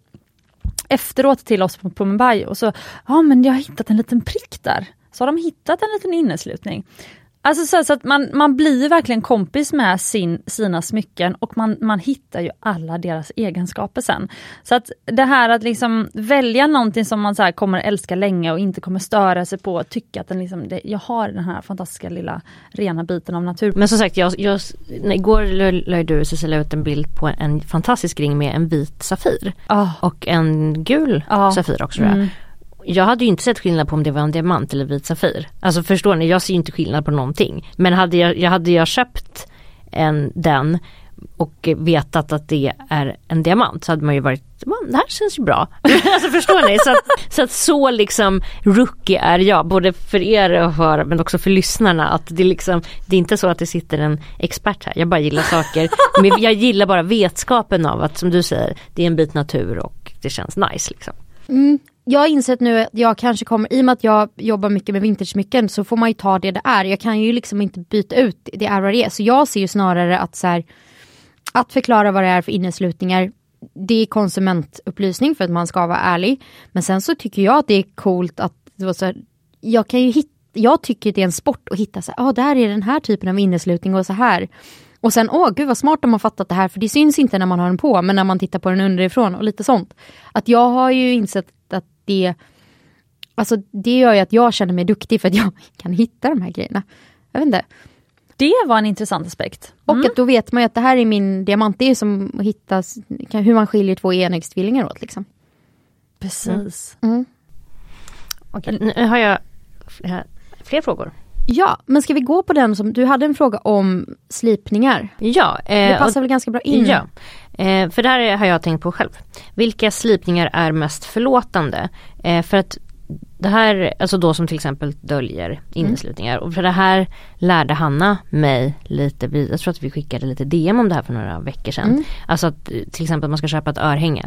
Speaker 1: efteråt till oss på, på Mumbai och så, ja men jag har hittat en liten prick där. Så har de hittat en liten inneslutning. Alltså så, så att man, man blir verkligen kompis med sin, sina smycken och man, man hittar ju alla deras egenskaper sen. Så att det här att liksom välja någonting som man så här kommer älska länge och inte kommer störa sig på och tycka att den liksom, det, jag har den här fantastiska lilla rena biten av natur.
Speaker 2: Men som sagt, jag, jag, igår lade du Cecilia ut en bild på en, en fantastisk ring med en vit safir. Oh. Och en gul oh. safir också tror jag. Mm. Jag hade ju inte sett skillnad på om det var en diamant eller vit safir. Alltså förstår ni, jag ser ju inte skillnad på någonting. Men hade jag, jag, hade jag köpt en, den och vetat att det är en diamant så hade man ju varit, det här känns ju bra. Alltså förstår ni? Så att, så att så liksom rookie är jag, både för er och för, men också för lyssnarna. Att det, liksom, det är inte så att det sitter en expert här. Jag bara gillar saker. Men jag gillar bara vetskapen av att, som du säger, det är en bit natur och det känns nice liksom.
Speaker 3: Mm. Jag har insett nu att jag kanske kommer, i och med att jag jobbar mycket med vintagesmycken så får man ju ta det det är. Jag kan ju liksom inte byta ut det är vad det är. Så jag ser ju snarare att så här, att förklara vad det är för inneslutningar, det är konsumentupplysning för att man ska vara ärlig. Men sen så tycker jag att det är coolt att det var så här, jag kan ju hitta, jag tycker det är en sport att hitta så här, ja ah, där är den här typen av inneslutning och så här. Och sen, åh gud vad smart de har fattat det här, för det syns inte när man har den på, men när man tittar på den underifrån och lite sånt. Att jag har ju insett att det, alltså det gör ju att jag känner mig duktig för att jag kan hitta de här grejerna. Jag vet inte.
Speaker 1: Det var en intressant aspekt.
Speaker 3: Mm. Och att då vet man ju att det här är min diamant, det är som att hitta hur man skiljer två enäggstvillingar åt liksom.
Speaker 1: Precis.
Speaker 3: Mm. Mm.
Speaker 2: Okej, nu har jag fler frågor.
Speaker 3: Ja, men ska vi gå på den som du hade en fråga om slipningar?
Speaker 2: Ja. Eh,
Speaker 3: det passar
Speaker 2: och,
Speaker 3: väl ganska bra in.
Speaker 2: Ja, eh, för det här har jag tänkt på själv. Vilka slipningar är mest förlåtande? Eh, för att det här, alltså då som till exempel döljer inneslutningar. Mm. Och för det här lärde Hanna mig lite, jag tror att vi skickade lite D M om det här för några veckor sedan. Mm. Alltså att till exempel man ska köpa ett örhänge,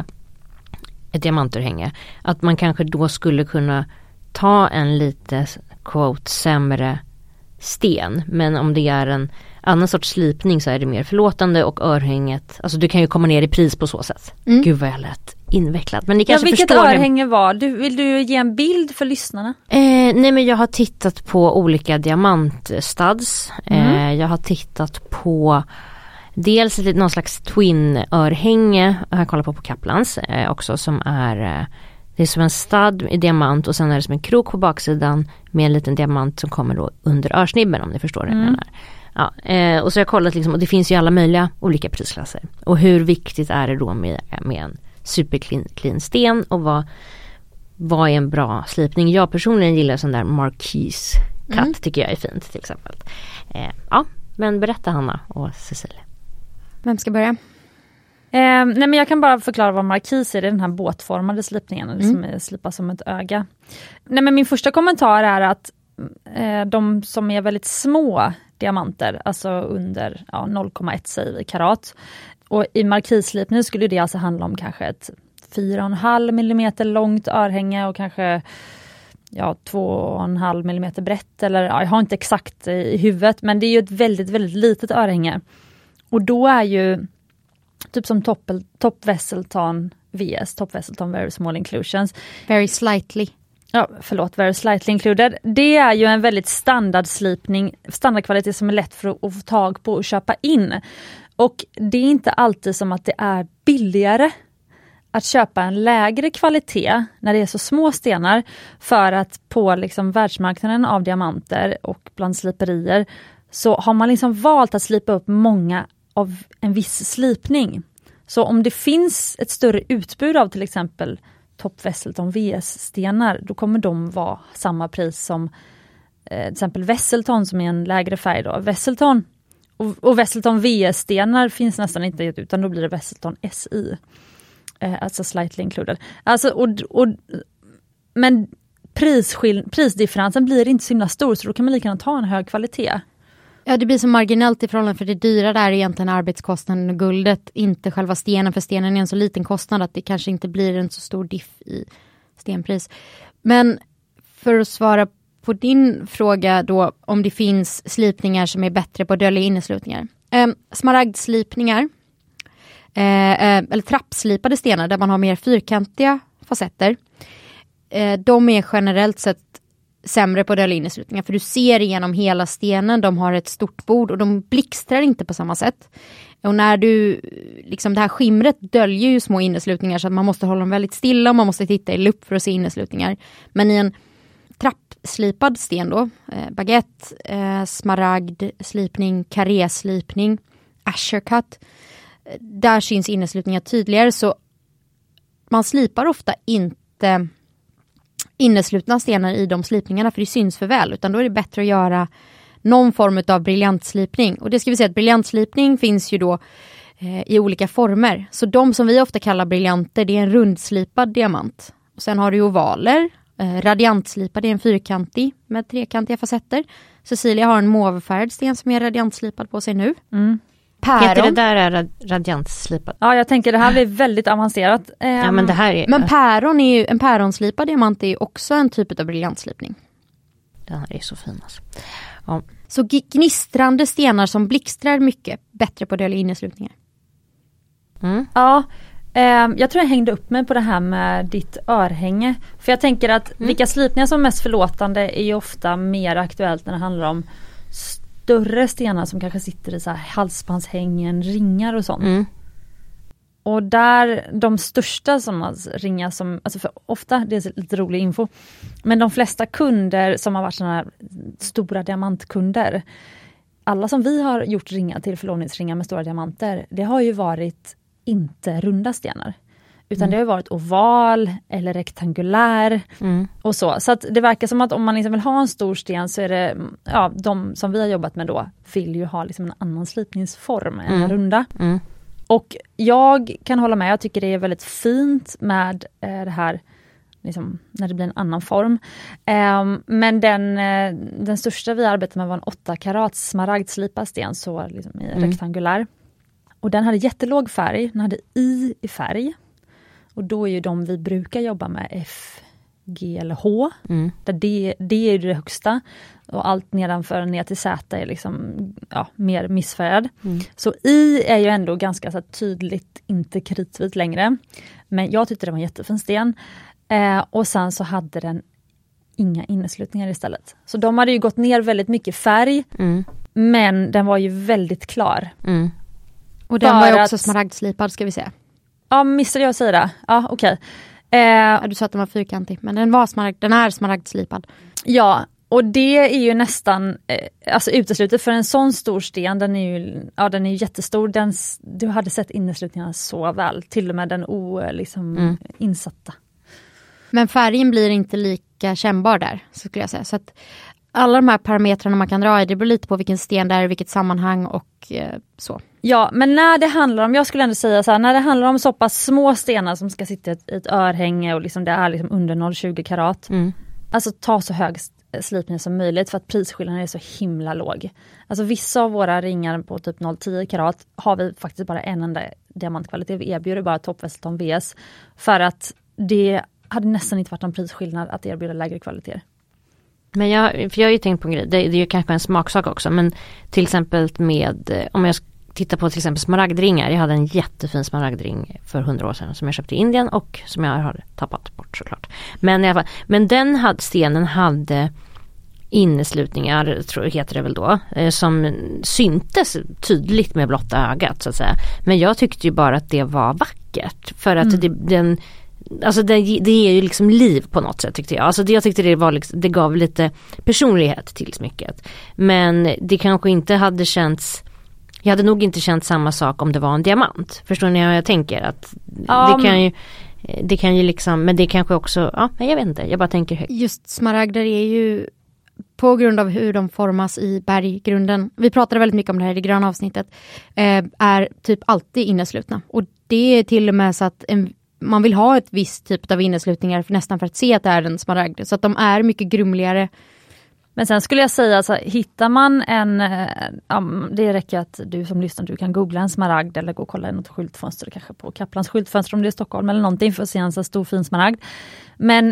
Speaker 2: ett diamantörhänge. Att man kanske då skulle kunna ta en lite, quote, sämre sten. Men om det är en annan sorts slipning så är det mer förlåtande och örhänget, alltså du kan ju komma ner i pris på så sätt. Mm. Gud vad jag lät invecklat. Men ni kanske
Speaker 1: ja, vilket
Speaker 2: förstår
Speaker 1: örhänge det. Var? Du, vill du ge en bild för lyssnarna?
Speaker 2: Eh, nej men jag har tittat på olika diamantstuds. Mm. Eh, jag har tittat på dels ett, någon slags twin-örhänge. Jag har kollat på på Kaplans eh, också som är... Eh, det är som en stud i diamant och sen är det som en krok på baksidan med en liten diamant som kommer då under örsnibben om ni förstår det. Mm. Ja, eh, och så har jag kollat liksom, och det finns ju alla möjliga olika prisklasser. Och hur viktigt är det då med, med en superclean clean sten och vad, vad är en bra slipning? Jag personligen gillar sån där Marquise cut, mm. tycker jag är fint till exempel. Eh, ja, men berätta Hanna och Cecilia.
Speaker 3: Vem ska börja?
Speaker 1: Eh, nej men jag kan bara förklara vad Marquise är, det är den här båtformade slipningen mm. som är slipas som ett öga. Nej men min första kommentar är att eh, de som är väldigt små diamanter, alltså under ja, noll komma ett säger vi karat. Och i Marquise-slipning skulle det alltså handla om kanske ett fyra komma fem millimeter långt örhänge och kanske ja, två komma fem millimeter brett. Eller, ja, jag har inte exakt i huvudet, men det är ju ett väldigt, väldigt litet örhänge. Och då är ju typ som Top, top Wesselton V S, Top Wesselton Very Small Inclusions.
Speaker 3: Very slightly.
Speaker 1: Ja, förlåt, very slightly included. Det är ju en väldigt standardslipning, standardkvalitet som är lätt för att, att få tag på och köpa in. Och det är inte alltid som att det är billigare att köpa en lägre kvalitet när det är så små stenar, för att på liksom världsmarknaden av diamanter och bland sliperier så har man liksom valt att slipa upp många av en viss slipning. Så om det finns ett större utbud av till exempel Top Wesselton V S-stenar, då kommer de vara samma pris som eh, till exempel Wesselton som är en lägre färg då. Wesselton och, och Wesselton V S-stenar finns nästan inte, utan då blir det Wesselton S I. Eh, alltså slightly included. Alltså, och, och, men prisskill- prisdifferensen blir inte så himla stor, så då kan man lika gärna ta en hög kvalitet.
Speaker 3: Ja, det blir så marginellt i förhållande, för det dyra där är egentligen arbetskostnaden och guldet, inte själva stenen, för stenen är en så liten kostnad att det kanske inte blir en så stor diff i stenpris. Men för att svara på din fråga då, om det finns slipningar som är bättre på att dölja inneslutningar. Eh, smaragdslipningar, eh, eh, eller trappslipade stenar där man har mer fyrkantiga facetter, eh, de är generellt sett sämre på att dölja inneslutningar, för du ser igenom hela stenen, de har ett stort bord och de blixtrar inte på samma sätt. Och när du, liksom det här skimret döljer ju små inneslutningar, så att man måste hålla dem väldigt stilla och man måste titta i lupp för att se inneslutningar. Men i en trappslipad sten då, eh, baguette, eh, smaragd, slipning, karréslipning, Asher cut, eh, där syns inneslutningar tydligare, så man slipar ofta inte inneslutna stenar i de slipningarna, för det syns för väl, utan då är det bättre att göra någon form av briljantslipning. Och det ska vi säga att briljantslipning finns ju då eh, i olika former. Så de som vi ofta kallar briljanter, det är en rundslipad diamant. Och sen har du ovaler, eh, radiantslipad, det är en fyrkantig med trekantiga facetter. Cecilia har en mauvefärgad sten som är radiantslipad på sig nu.
Speaker 1: Mm.
Speaker 2: Päron. Heter det där är radiantslipad?
Speaker 1: Ja, jag tänker det här blir väldigt avancerat. Um,
Speaker 2: ja, men det här är...
Speaker 3: men päron är ju, en päronslipad diamant är ju också en typ av briljantslipning.
Speaker 2: Den här är så fin alltså. Ja.
Speaker 3: Så gnistrande stenar som blixtrar mycket, bättre på att dölja inneslutningar.
Speaker 1: Mm. Ja, eh, jag tror jag hängde upp mig på det här med ditt örhänge. För jag tänker att mm. vilka slipningar som är mest förlåtande är ju ofta mer aktuellt när det handlar om större stenar som kanske sitter i så här halsbandshängen, ringar och sånt. Mm. Och där de största sådana ringar som, alltså för ofta, det är lite rolig info, men de flesta kunder som har varit sådana här stora diamantkunder, alla som vi har gjort ringar till, förlovningsringar med stora diamanter, det har ju varit inte runda stenar. Utan
Speaker 2: Mm.
Speaker 1: det har ju varit oval eller rektangulär
Speaker 2: Mm.
Speaker 1: och så. Så att det verkar som att om man liksom vill ha en stor sten så är det, ja, de som vi har jobbat med då vill ju ha liksom en annan slipningsform än
Speaker 2: Mm.
Speaker 1: en runda.
Speaker 2: Mm.
Speaker 1: Och jag kan hålla med, jag tycker det är väldigt fint med eh, det här liksom, när det blir en annan form. Eh, men den, eh, den största vi arbetade med var en åtta karats smaragdslipad sten, så liksom i
Speaker 2: Mm.
Speaker 1: rektangulär. Och den hade jättelåg färg, den hade I i färg. Och då är ju de vi brukar jobba med F, G eller H.
Speaker 2: Mm.
Speaker 1: Där det, det är ju det högsta. Och allt nedanför ner till Z är liksom, ja, mer missfärgad.
Speaker 2: Mm.
Speaker 1: Så I är ju ändå ganska så tydligt inte kritvit längre. Men jag tyckte det var en jättefin sten. Eh, och sen så hade den inga inneslutningar istället. Så de hade ju gått ner väldigt mycket färg.
Speaker 2: Mm.
Speaker 1: Men den var ju väldigt klar.
Speaker 2: Mm.
Speaker 3: Och den
Speaker 1: För
Speaker 3: var ju också
Speaker 1: att-
Speaker 3: smaragdslipad ska vi säga.
Speaker 1: Ja, missade jag att säga det? Ja, okej. Eh,
Speaker 3: Ja, du sa att den var fyrkantig, men den, var smaragd, den är smaragdslipad.
Speaker 1: Ja, och det är ju nästan eh, alltså uteslutet för en sån stor sten, den är ju, ja, den är ju jättestor. Den, s- du hade sett inneslutningarna så väl, till och med den o, liksom,
Speaker 2: Mm.
Speaker 1: insatta.
Speaker 3: Men färgen blir inte lika kännbar där, så skulle jag säga. Så att alla de här parametrarna man kan dra i, det beror lite på vilken sten det är, vilket sammanhang och eh, så.
Speaker 1: Ja, men när det handlar om, jag skulle ändå säga så här, när det handlar om så pass små stenar som ska sitta i ett, i ett örhänge och liksom det är liksom under noll komma tjugo karat.
Speaker 2: Mm.
Speaker 1: Alltså ta så hög s- slipning som möjligt för att prisskillnaden är så himla låg. Alltså vissa av våra ringar på typ noll komma tio karat har vi faktiskt bara en enda diamantkvalitet. Vi erbjuder bara toppvässelton V S för att det hade nästan inte varit en prisskillnad att erbjuda lägre kvaliteter.
Speaker 2: Men jag, för jag har ju tänkt på en grej, det, det är ju kanske en smaksak också, men till exempel med, eh, om jag tittar på till exempel smaragdringar, jag hade en jättefin smaragdring för hundra år sedan som jag köpte i Indien och som jag har tappat bort såklart. Men i alla fall, men den hade, stenen hade inneslutningar, tror heter det väl då, eh, som syntes tydligt med blotta ögat så att säga. Men jag tyckte ju bara att det var vackert för att
Speaker 1: Mm.
Speaker 2: det, den Alltså det, det ger ju liksom liv på något sätt tyckte jag. Alltså det, jag tyckte det, var liksom, det gav lite personlighet till smycket. Men det kanske inte hade känts, jag hade nog inte känt samma sak om det var en diamant. Förstår ni hur jag tänker? Att
Speaker 1: Ja,
Speaker 2: det kan ju det kan ju liksom, men det kanske också, ja, jag vet inte, jag bara tänker högt.
Speaker 3: Just smaragder är ju på grund av hur de formas i berggrunden. Vi pratade väldigt mycket om det här i det gröna avsnittet. Eh, är typ alltid inneslutna. Och det är till och med så att en man vill ha ett visst typ av inneslutningar för, nästan för att se att det är en smaragd. Så att de är mycket grumligare.
Speaker 1: Men sen skulle jag säga, alltså, hittar man en, eh, ja, det räcker att du som lyssnar, du kan googla en smaragd eller gå och kolla i något skyltfönster, kanske på Kaplans skyltfönster om det är Stockholm eller någonting för att se en så stor fin smaragd. Men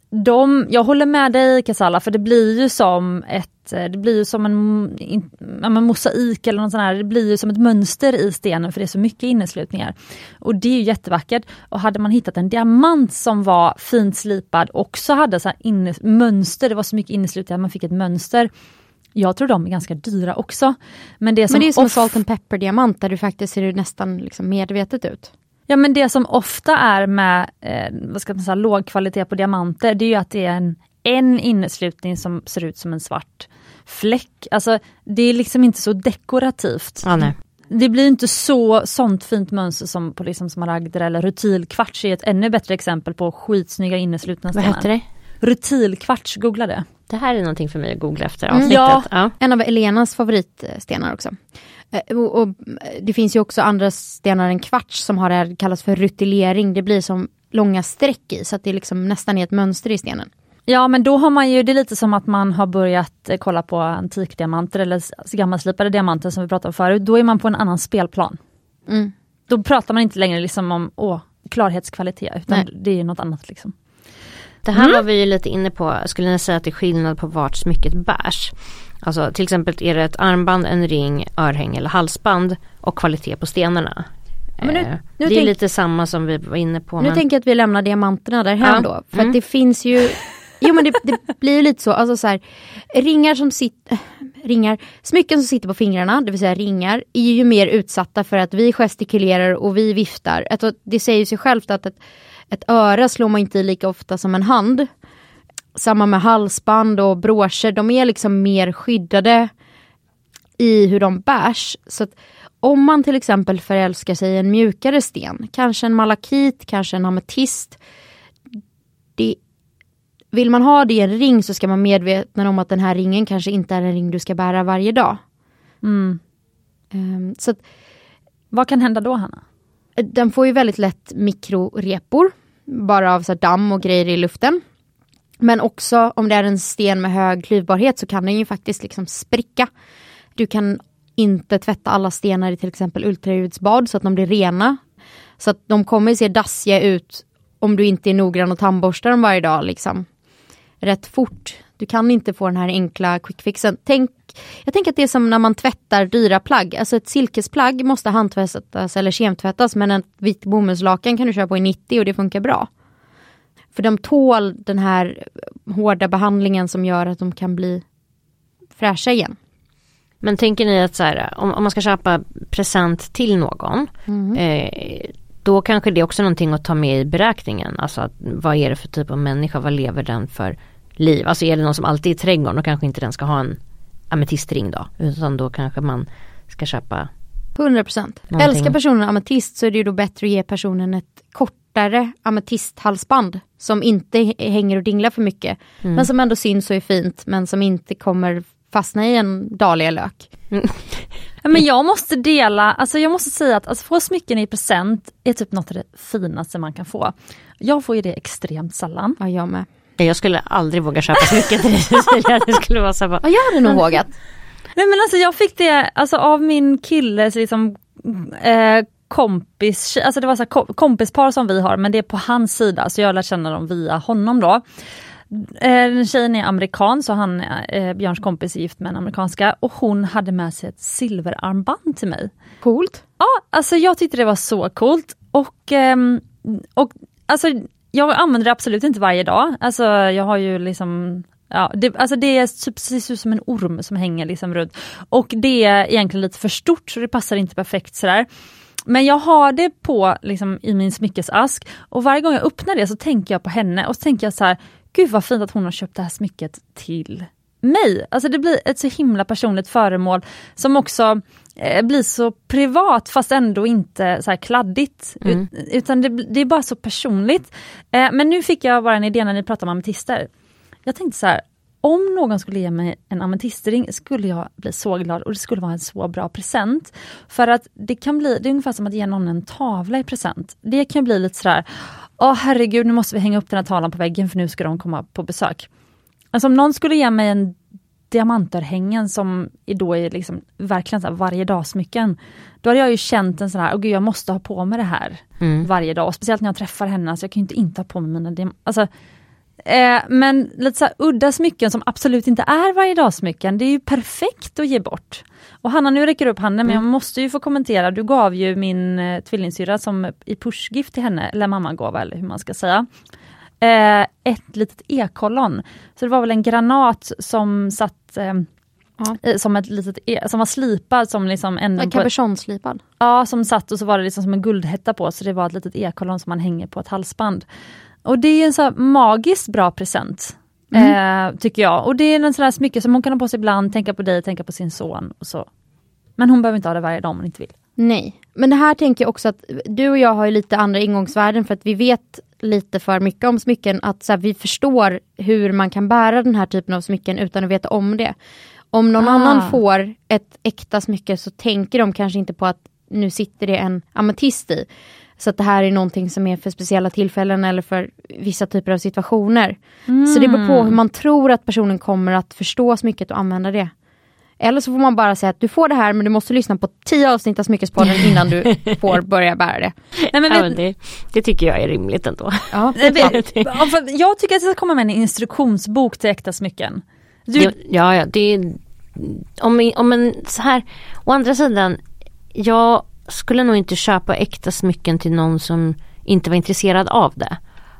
Speaker 1: de, jag håller med dig Casalla, för det blir ju som ett, det blir ju som en, in, en mosaik eller något sånt här, det blir ju som ett mönster i stenen för det är så mycket inneslutningar. Och det är ju jättevackert. Och hade man hittat en diamant som var fint slipad och så hade så här inne, mönster, det var så mycket inneslutningar, man fick ett mönster. Jag tror de är ganska dyra också. Men det är som,
Speaker 3: Men det är som
Speaker 1: off-
Speaker 3: salt and pepper diamant där du faktiskt ser det nästan liksom medvetet ut.
Speaker 1: Ja, men det som ofta är med eh, vad ska man säga, låg kvalitet på diamanter, det är ju att det är en, en inneslutning som ser ut som en svart fläck. Alltså det är liksom inte så dekorativt.
Speaker 2: Ja, nej.
Speaker 1: Det blir inte så sånt fint mönster som på liksom smaragder eller rutilkvarts är ett ännu bättre exempel på skitsnygga inneslutna
Speaker 2: Vad
Speaker 1: stenar.
Speaker 2: heter det?
Speaker 1: Rutilkvarts, googla det.
Speaker 2: Det här är någonting för mig att googla efter
Speaker 3: Mm.
Speaker 2: avsnittet.
Speaker 1: Ja.
Speaker 2: Ja.
Speaker 3: En av Elenas favoritstenar också. Eh, Och, och det finns ju också andra stenar än kvarts som har det här, kallas för rutilering. Det blir som långa streck i så att det liksom nästan är ett mönster i stenen.
Speaker 1: Ja, men då har man ju, det är lite som att man har börjat eh, kolla på antikdiamanter eller s- gammalslipade diamanter som vi pratade om förut. Då är man på en annan spelplan.
Speaker 3: Mm.
Speaker 1: Då pratar man inte längre liksom om åh, klarhetskvalitet, utan
Speaker 3: Nej.
Speaker 1: det är något annat liksom.
Speaker 2: Det här
Speaker 1: Mm.
Speaker 2: var vi ju lite inne på, skulle ni säga att det är skillnad på vart smycket bärs? Alltså till exempel är det ett armband, en ring, örhänge eller halsband och kvalitet på stenarna.
Speaker 3: Men nu-
Speaker 2: Eh,
Speaker 3: nu
Speaker 2: det är
Speaker 3: tänk-
Speaker 2: lite samma som vi var inne på.
Speaker 3: Nu
Speaker 2: men...
Speaker 3: tänker jag att vi lämnar diamanterna därhän
Speaker 2: Ja.
Speaker 3: då. För
Speaker 2: Mm.
Speaker 3: att det finns ju... Jo men det, det blir ju lite så. Alltså så här, ringar som sitter... Ringar, smycken som sitter på fingrarna, det vill säga ringar, är ju mer utsatta för att vi gestikulerar och vi viftar. Alltså, det säger sig självt att ett, ett öra slår man inte i lika ofta som en hand. Samma med halsband och broscher, de är liksom mer skyddade i hur de bärs. Så att om man till exempel förälskar sig i en mjukare sten, kanske en malakit, kanske en ametist, det, vill man ha det i en ring så ska man medvetna om att den här ringen kanske inte är en ring du ska bära varje dag.
Speaker 1: Mm.
Speaker 3: Um, så att,
Speaker 1: vad kan hända då, Hanna?
Speaker 3: Den får ju väldigt lätt mikrorepor, bara av så här damm och grejer i luften. Men också om det är en sten med hög klyvbarhet så kan den ju faktiskt liksom spricka. Du kan inte tvätta alla stenar i till exempel ultraljudsbad så att de blir rena. Så att de kommer se dassiga ut om du inte är noggrann och tandborstar dem varje dag liksom. Rätt fort. Du kan inte få den här enkla quickfixen. Tänk, jag tänker att det är som när man tvättar dyra plagg. Alltså ett silkesplagg måste handtvättas eller kemtvättas, men en vit bomullslakan kan du köpa i nittio och det funkar bra. För de tål den här hårda behandlingen som gör att de kan bli fräscha igen.
Speaker 2: Men tänker ni att så här, om, om man ska köpa present till någon, mm. eh, då kanske det är också någonting att ta med i beräkningen. Alltså att, vad är det för typ av människa, vad lever den för liv? Alltså är det någon som alltid är i trädgården och kanske inte den ska ha en ametistring då, utan då kanske man ska köpa
Speaker 3: hundra procent. Älskar personen ametist så är det ju då bättre att ge personen ett kortare ametisthalsband som inte hänger och dinglar för mycket, mm. men som ändå syns och är fint, men som inte kommer fastna i en dahlialök.
Speaker 1: Mm. Men jag måste dela, alltså jag måste säga att alltså, få smycken i present är typ något av det finaste man kan få. Jag får ju det extremt sällan.
Speaker 3: Ja, jag med.
Speaker 2: Jag skulle aldrig våga köpa smycken till dig. Det skulle vara så bara...
Speaker 3: Ja, jag hade nog vågat.
Speaker 1: Nej, men alltså jag fick det alltså, av min killes liksom, eh, kompis, alltså det var så här, kompispar som vi har, men det är på hans sida, så jag lär känna dem via honom då. Eh, tjejen är amerikan, så han, eh, Björns kompis är gift med en amerikanska, och hon hade med sig ett silverarmband till mig.
Speaker 3: Coolt.
Speaker 1: Ja, alltså jag tyckte det var så coolt, och, eh, och alltså jag använder det absolut inte varje dag. Alltså jag har ju liksom... Ja, det, alltså det är precis som en orm som hänger liksom runt. Och det är egentligen lite för stort så det passar inte perfekt sådär. Men jag har det på liksom, i min smyckesask. Och varje gång jag öppnar det så tänker jag på henne. Och så tänker jag så här, gud vad fint att hon har köpt det här smycket till mig. Alltså det blir ett så himla personligt föremål som också eh, blir så privat fast ändå inte så här kladdigt. Mm. Ut, utan det, det är bara så personligt. Eh, men nu fick jag bara en idé när ni pratade om ametister. Jag tänkte så här, om någon skulle ge mig en ametistring skulle jag bli så glad, och det skulle vara en så bra present. För att det kan bli, det är ungefär som att ge någon en tavla i present. Det kan bli lite sådär, åh herregud, nu måste vi hänga upp den här tavlan på väggen för nu ska de komma på besök. Alltså om någon skulle ge mig en diamantörhängen som då är liksom verkligen så här varje dag smycken, då hade jag ju känt en sån här, åh gud, jag måste ha på mig det här mm. varje dag. Och speciellt när jag träffar henne, så jag kan ju inte inte ha på mig mina diamanter. Alltså, Eh, men lite så här udda smycken som absolut inte är varje dag smycken, det är ju perfekt att ge bort. Och Hanna, nu räcker upp handen, men jag måste ju få kommentera. Du gav ju min eh, tvillingsyrra som i pushgift till henne, eller mamma gav, eller hur man ska säga, eh, ett litet ekollon. Så det var väl en granat som satt eh, ja. som ett litet e- som var slipad som liksom en
Speaker 3: cabochon-slipad.
Speaker 1: Ja, som satt, och så var det liksom som en guldhätta på, så det var ett litet ekollon som man hänger på ett halsband. Och det är en så här magiskt bra present, mm. eh, tycker jag. Och det är en sån här smycke som hon kan ha på sig ibland, tänka på dig, tänka på sin son och så. Men hon behöver inte ha det varje dag om hon inte vill.
Speaker 3: Nej, men det här tänker jag också att du och jag har ju lite andra ingångsvärden, för att vi vet lite för mycket om smycken, att så här, vi förstår hur man kan bära den här typen av smycken utan att veta om det. Om någon ah. annan får ett äkta smycke så tänker de kanske inte på att nu sitter det en ametist i. Så att det här är någonting som är för speciella tillfällen eller för vissa typer av situationer. Mm. Så det beror på hur man tror att personen kommer att förstå smycket och använda det. Eller så får man bara säga att du får det här, men du måste lyssna på tio avsnitt av Smyckespodden innan du får börja bära det.
Speaker 2: Nej, men vet, ja, men det, det tycker jag är rimligt ändå.
Speaker 1: Ja, vet, jag tycker att det ska komma med en instruktionsbok till äkta smycken. Du...
Speaker 2: Det, ja, ja, det är... Om, om en så här... Å andra sidan, jag skulle nog inte köpa äkta smycken till någon som inte var intresserad av det.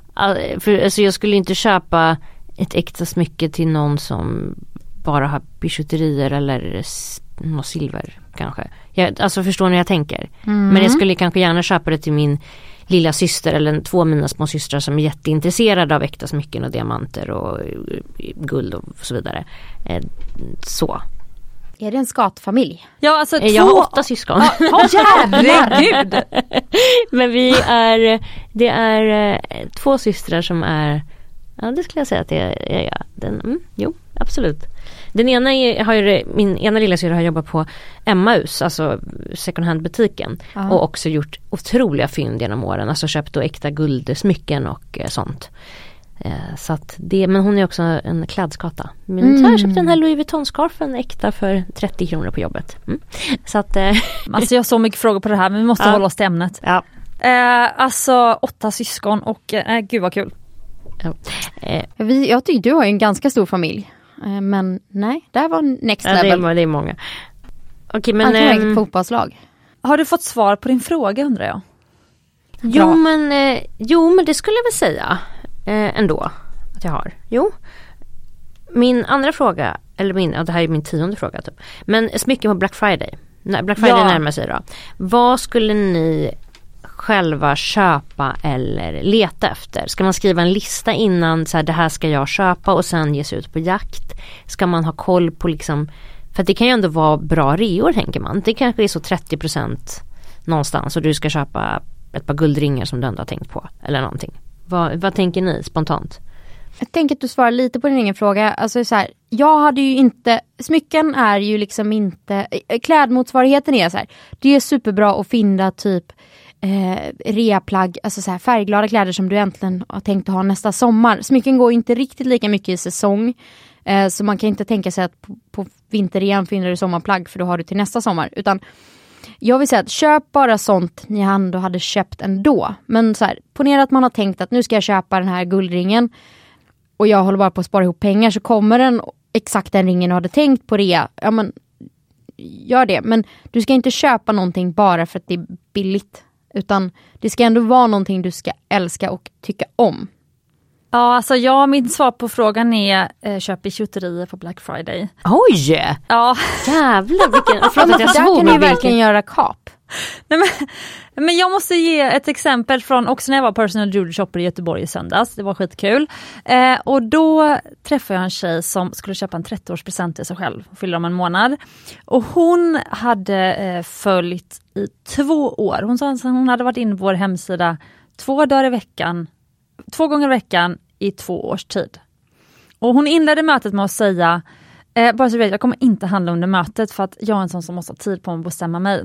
Speaker 2: För, alltså, jag skulle inte köpa ett äkta smycke till någon som bara har bijouterier eller något silver kanske. Jag, alltså förstår ni hur jag tänker? Mm. Men jag skulle kanske gärna köpa det till min lilla syster eller två av mina små systrar som är jätteintresserade av äkta smycken och diamanter och guld och så vidare. Så.
Speaker 3: Är det en skatfamilj?
Speaker 1: Ja, alltså två...
Speaker 2: Jag har åtta syskon.
Speaker 1: Ja, herregud!
Speaker 2: Men vi är, det är två systrar som är, ja det skulle jag säga att det är, ja, ja. Den, mm, jo, absolut. Den ena är, har ju, min ena lilla syster har jobbat på Emmaus, alltså second hand butiken. Uh-huh. Och också gjort otroliga fynd genom åren, alltså köpt då äkta guldsmycken och eh, sånt. Eh, så att det, men hon är också en klädskata. Men mm. jag köpte den här Louis Vuitton-scarfen äkta för trettio kronor på jobbet. Mm. Så att, eh.
Speaker 1: alltså jag har så mycket frågor på det här, men vi måste ja. hålla oss till ämnet.
Speaker 2: Ja.
Speaker 1: Eh, alltså åtta syskon och eh, gud vad kul.
Speaker 2: Ja.
Speaker 3: Eh. Vi, jag tycker du har ju en ganska stor familj. Eh, men nej, det här var next
Speaker 2: ja,
Speaker 3: level.
Speaker 2: Det är, det är många. Okej, men...
Speaker 3: Antingen
Speaker 2: eh,
Speaker 3: ett fotbollslag.
Speaker 1: Har du fått svar på din fråga, undrar jag?
Speaker 2: Jo, ja. men, eh, jo men det skulle jag väl säga. Eh, ändå att jag har. Jo. Min andra fråga, eller min, ja, det här är min tionde fråga typ. Men smycken på Black Friday. Black Friday ja. närmar sig då. Vad skulle ni själva köpa eller leta efter? Ska man skriva en lista innan så här, det här ska jag köpa och sen ge sig ut på jakt? Ska man ha koll på liksom, för det kan ju ändå vara bra reor tänker man. Det kanske är så trettio procent någonstans och du ska köpa ett par guldringar som du ändå har tänkt på eller någonting. Vad, vad tänker ni spontant?
Speaker 3: Jag tänker att du svarar lite på din egen fråga. Alltså så här, jag hade ju inte, smycken är ju liksom inte, klädmotsvarigheten är så här, det är superbra att finna typ eh, reaplagg, alltså så här färgglada kläder som du äntligen har tänkt att ha nästa sommar. Smycken går ju inte riktigt lika mycket i säsong, eh, så man kan inte tänka sig att på, på vinterrean finner du sommarplagg för då har du till nästa sommar, utan jag vill säga att köp bara sånt ni ändå hade köpt ändå. Men så här, ponera att man har tänkt att nu ska jag köpa den här guldringen och jag håller bara på att spara ihop pengar, så kommer den exakt den ringen du hade tänkt på rea. Ja men, gör det. Men du ska inte köpa någonting bara för att det är billigt. Utan det ska ändå vara någonting du ska älska och tycka om.
Speaker 1: Ja, alltså jag, min svar på frågan är eh, köp i tjutterier på Black Friday.
Speaker 2: Oj!
Speaker 1: Ja.
Speaker 2: Jävlar, vilken...
Speaker 3: Ja, men där kan ni verkligen göra kap.
Speaker 1: Nej, men, men jag måste ge ett exempel från också när jag var personal jewelry shopper i Göteborg i söndags. Det var skitkul. Eh, och då träffade jag en tjej som skulle köpa en trettioårspresent till sig själv. Fyller om en månad. Och hon hade eh, följt i två år. Hon sa att hon hade varit in på vår hemsida två dagar i veckan. Två gånger i veckan i två års tid. Och hon inledde mötet med att säga eh, bara så vet jag kommer inte handla under mötet för att jag är en sån som måste ha tid på att bestämma mig.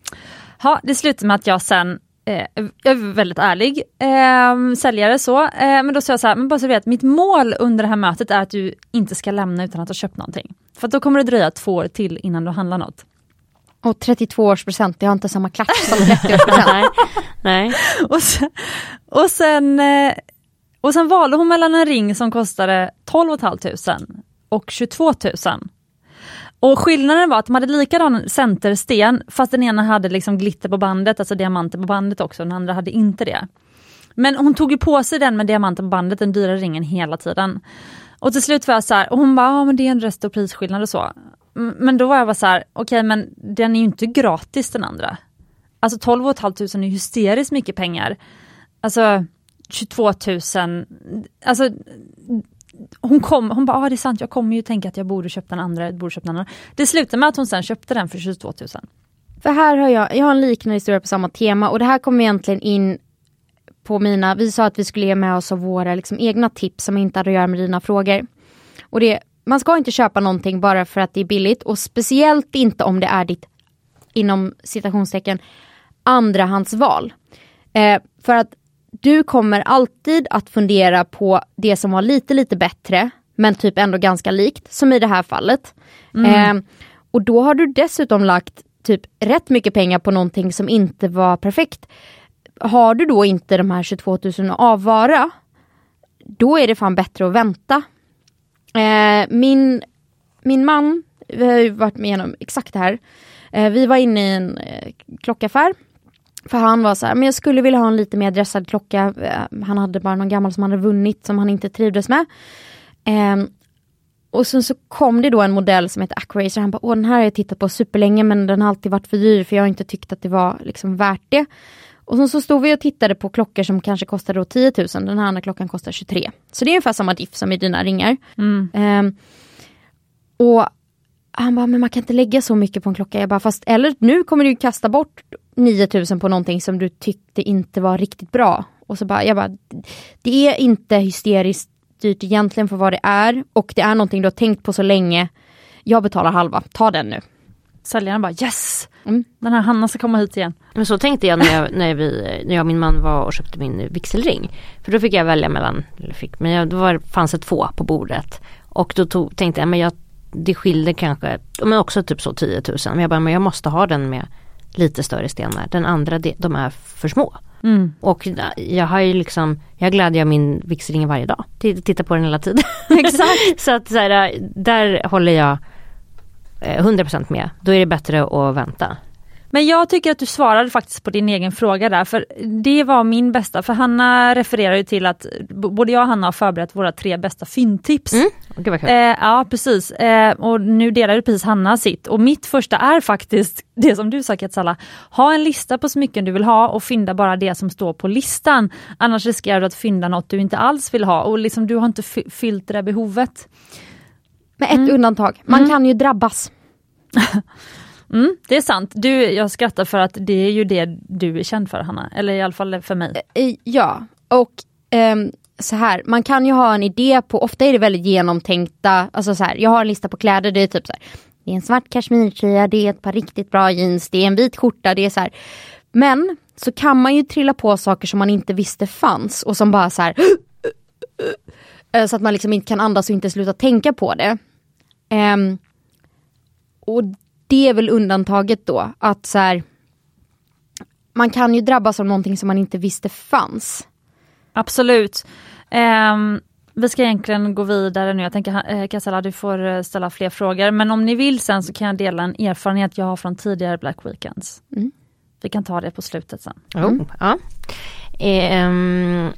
Speaker 1: Ja, det slutar med att jag sen eh, jag är väldigt ärlig eh, säljare så, eh, men då sa jag så här, men bara så vet mitt mål under det här mötet är att du inte ska lämna utan att ha köpt någonting. För att då kommer det dröja två år till innan du handlar något.
Speaker 3: Och trettiotvå års present, jag har inte samma klatsch som trettio års present.
Speaker 2: Nej. Nej.
Speaker 1: Och sen, och sen eh, och sen valde hon mellan en ring som kostade tolv tusen fem hundra och tjugotvå tusen. Och skillnaden var att de hade likadan centersten fast den ena hade liksom glitter på bandet, alltså diamanter på bandet också, den andra hade inte det. Men hon tog ju på sig den med diamanter på bandet, den dyra ringen hela tiden. Och till slut var jag så här, och hon bara, ja men det är en rest och prisskillnad och så. Men då var jag bara så här, okej okay, men den är ju inte gratis den andra. Alltså tolv tusen är hysteriskt mycket pengar. Alltså tjugotvå tusen, alltså hon kom, hon bara, ah, det är sant, jag kommer ju tänka att jag borde köpa den andra, borde köpa den andra. Det slutade med att hon sen köpte den för tjugotvå tusen.
Speaker 3: För här har jag, jag har en liknande historia på samma tema och det här kommer egentligen in på mina, vi sa att vi skulle ge med oss av våra liksom, egna tips som inte hade att göra med dina frågor. Och det, man ska inte köpa någonting bara för att det är billigt och speciellt inte om det är ditt, inom citationstecken, andrahandsval. Eh, för att du kommer alltid att fundera på det som var lite lite bättre men typ ändå ganska likt, som i det här fallet. Mm. Eh, och då har du dessutom lagt typ rätt mycket pengar på någonting som inte var perfekt. Har du då inte de här tjugotvå tusen att avvara, då är det fan bättre att vänta. Eh, min, min man, vi har ju varit med igenom exakt det här. Eh, vi var inne i en eh, klockaffär. För han var så här, men jag skulle vilja ha en lite mer dressad klocka. Eh, han hade bara någon gammal som han hade vunnit som han inte trivdes med. Eh, och sen så kom det då en modell som heter Acuracer. Han bara, åh den här har jag tittat på superlänge men den har alltid varit för dyr för jag har inte tyckt att det var liksom värt det. Och sen så stod vi och tittade på klockor som kanske kostade då tio tusen. Den här andra klockan kostar tjugotre. Så det är ungefär samma diff som i dina ringar.
Speaker 1: Mm.
Speaker 3: Um, och Han bara, men man kan inte lägga så mycket på en klocka. Jag bara, fast eller nu kommer du kasta bort nio tusen på någonting som du tyckte inte var riktigt bra. Och så bara, jag bara, det är inte hysteriskt dyrt egentligen för vad det är. Och det är någonting du har tänkt på så länge. Jag betalar halva, ta den nu.
Speaker 1: Säljaren bara, yes!
Speaker 3: Mm.
Speaker 1: Den här Hanna ska komma hit igen.
Speaker 2: Men så tänkte jag när jag, när vi, när jag och min man var och köpte min vigselring. För då fick jag välja mellan, eller fick, men jag, då var, fanns det två på bordet. Och då tog, tänkte jag, men jag, det skilde kanske, men också typ så tio tusen. Men jag bara, men jag måste ha den med lite större stenar. Den andra, de, de är för små.
Speaker 1: Mm.
Speaker 2: Och jag har ju liksom, jag glädjer min vigselring varje dag. Titta på den hela tiden.
Speaker 1: Exakt.
Speaker 2: Så att så här, där håller jag hundra procent med. Då är det bättre att vänta.
Speaker 1: Men jag tycker att du svarade faktiskt på din egen fråga där, för det var min bästa, för Hanna refererar ju till att både jag och Hanna har förberett våra tre bästa fyndtips.
Speaker 2: Mm. Okay, okay.
Speaker 1: Eh, ja, precis. Eh, och nu delar du precis Hanna sitt. Och mitt första är faktiskt det som du sa, Katsala. Ha en lista på smycken du vill ha och fynda bara det som står på listan. Annars riskerar du att fynda något du inte alls vill ha. Och liksom du har inte f- fyllt det där behovet.
Speaker 3: Med ett mm. undantag. Man mm. kan ju drabbas.
Speaker 1: Mm, det är sant. Du, jag skrattar för att det är ju det du är känd för, Hanna. Eller i alla fall för mig.
Speaker 3: Ja, och um, så här, man kan ju ha en idé på, ofta är det väldigt genomtänkta, alltså så här, jag har en lista på kläder, det är typ så här, det är en svart kashmirtröja, det är ett par riktigt bra jeans, det är en vit skjorta, det är så här. Men så kan man ju trilla på saker som man inte visste fanns och som bara så här så att man liksom inte kan andas och inte sluta tänka på det. Um, och det är väl undantaget då, att så här, man kan ju drabbas av någonting som man inte visste fanns.
Speaker 1: Absolut. Um, vi ska egentligen gå vidare nu. Jag tänker, uh, Katsala, du får ställa fler frågor. Men om ni vill sen så kan jag dela en erfarenhet jag har från tidigare Black Weekends. Mm. Vi kan ta det på slutet sen.
Speaker 2: Mm. Oh, ja. Um,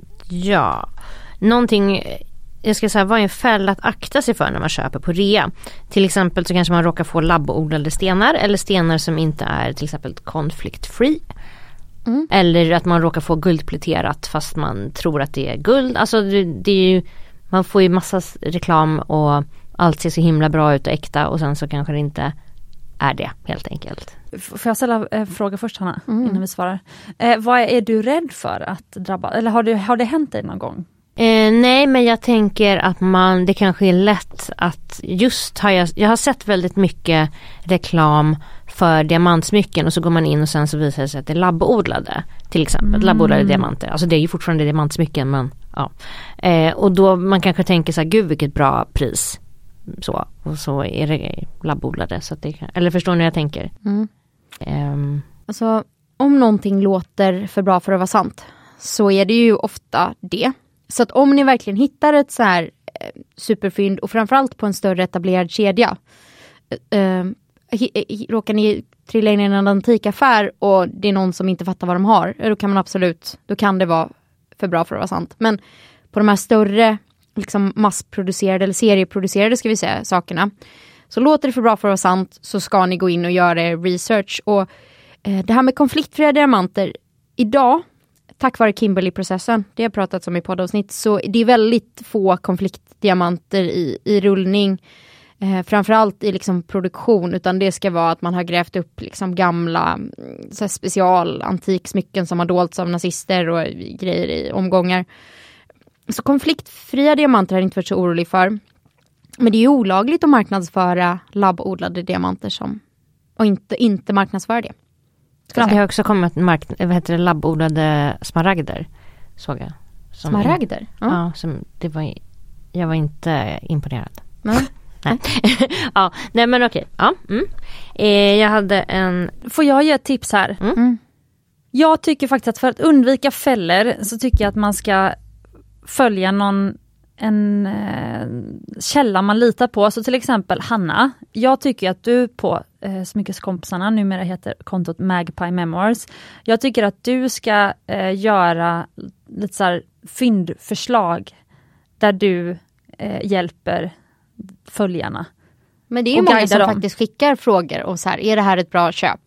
Speaker 2: ja. Någonting... Jag ska säga, vad är en fälla att akta sig för när man köper på rea? Till exempel så kanske man råkar få labbodlade stenar eller stenar som inte är till exempel conflict-free. Mm. Eller att man råkar få guldpläterat fast man tror att det är guld. Alltså det, det är ju, man får ju massa reklam och allt ser så himla bra ut och äkta och sen så kanske det inte är det helt enkelt.
Speaker 1: Får jag ställa en fråga först, Hanna, mm. innan vi svarar? Eh, vad är du rädd för att drabba? Eller har, du, har det hänt dig någon gång?
Speaker 2: Eh, nej, men jag tänker att man, det kanske är lätt att just har jag, jag har sett väldigt mycket reklam för diamantsmycken och så går man in och sen så visar det sig att det är labbodlade till exempel, mm. labbodlade diamanter. Alltså det är ju fortfarande diamantsmycken, men ja. Eh, och då man kanske tänker så här, gud vilket bra pris. Så, och så är det labbodlade. Så att det kan, eller förstår ni hur jag tänker? Mm.
Speaker 3: Um. Alltså, om någonting låter för bra för att vara sant så är det ju ofta det. Så att om ni verkligen hittar ett så här eh, superfynd och framförallt på en större etablerad kedja. Eh, hi, råkar ni trilla in i en antikaffär och det är någon som inte fattar vad de har. Då kan man absolut, då kan det vara för bra för att vara sant. Men på de här större liksom massproducerade eller serieproducerade ska vi säga sakerna. Så låter det för bra för att vara sant så ska ni gå in och göra research. Och eh, det här med konfliktfria diamanter idag, tack vare Kimberley-processen, det har pratats om i poddavsnitt, så det är väldigt få konfliktdiamanter i, i rullning. Eh, framförallt i liksom produktion, utan det ska vara att man har grävt upp liksom gamla så här special antiksmycken som har dolts av nazister och grejer i omgångar. Så konfliktfria diamanter har jag inte varit så orolig för. Men det är ju olagligt att marknadsföra labbodlade diamanter som, och inte, inte marknadsföra det.
Speaker 2: Det har också kommit mark- vad heter det, labbodlade smaragder, såg jag. Som
Speaker 3: smaragder?
Speaker 2: In- ja, ja som, det var, jag var inte imponerad.
Speaker 3: Nej.
Speaker 2: Nej. Ja, nej men okej. Ja, mm. eh, jag hade en...
Speaker 1: Får jag ge ett tips här?
Speaker 2: Mm. Mm.
Speaker 1: Jag tycker faktiskt att för att undvika fällor så tycker jag att man ska följa någon en eh, källa man litar på. Så till exempel Hanna, jag tycker att du på eh, Smyckeskompisarna, numera heter kontot Magpie Memoirs, jag tycker att du ska eh, göra lite så här fyndförslag där du eh, hjälper följarna.
Speaker 3: Men det är ju många som dem. faktiskt skickar frågor och så här, är det här ett bra köp?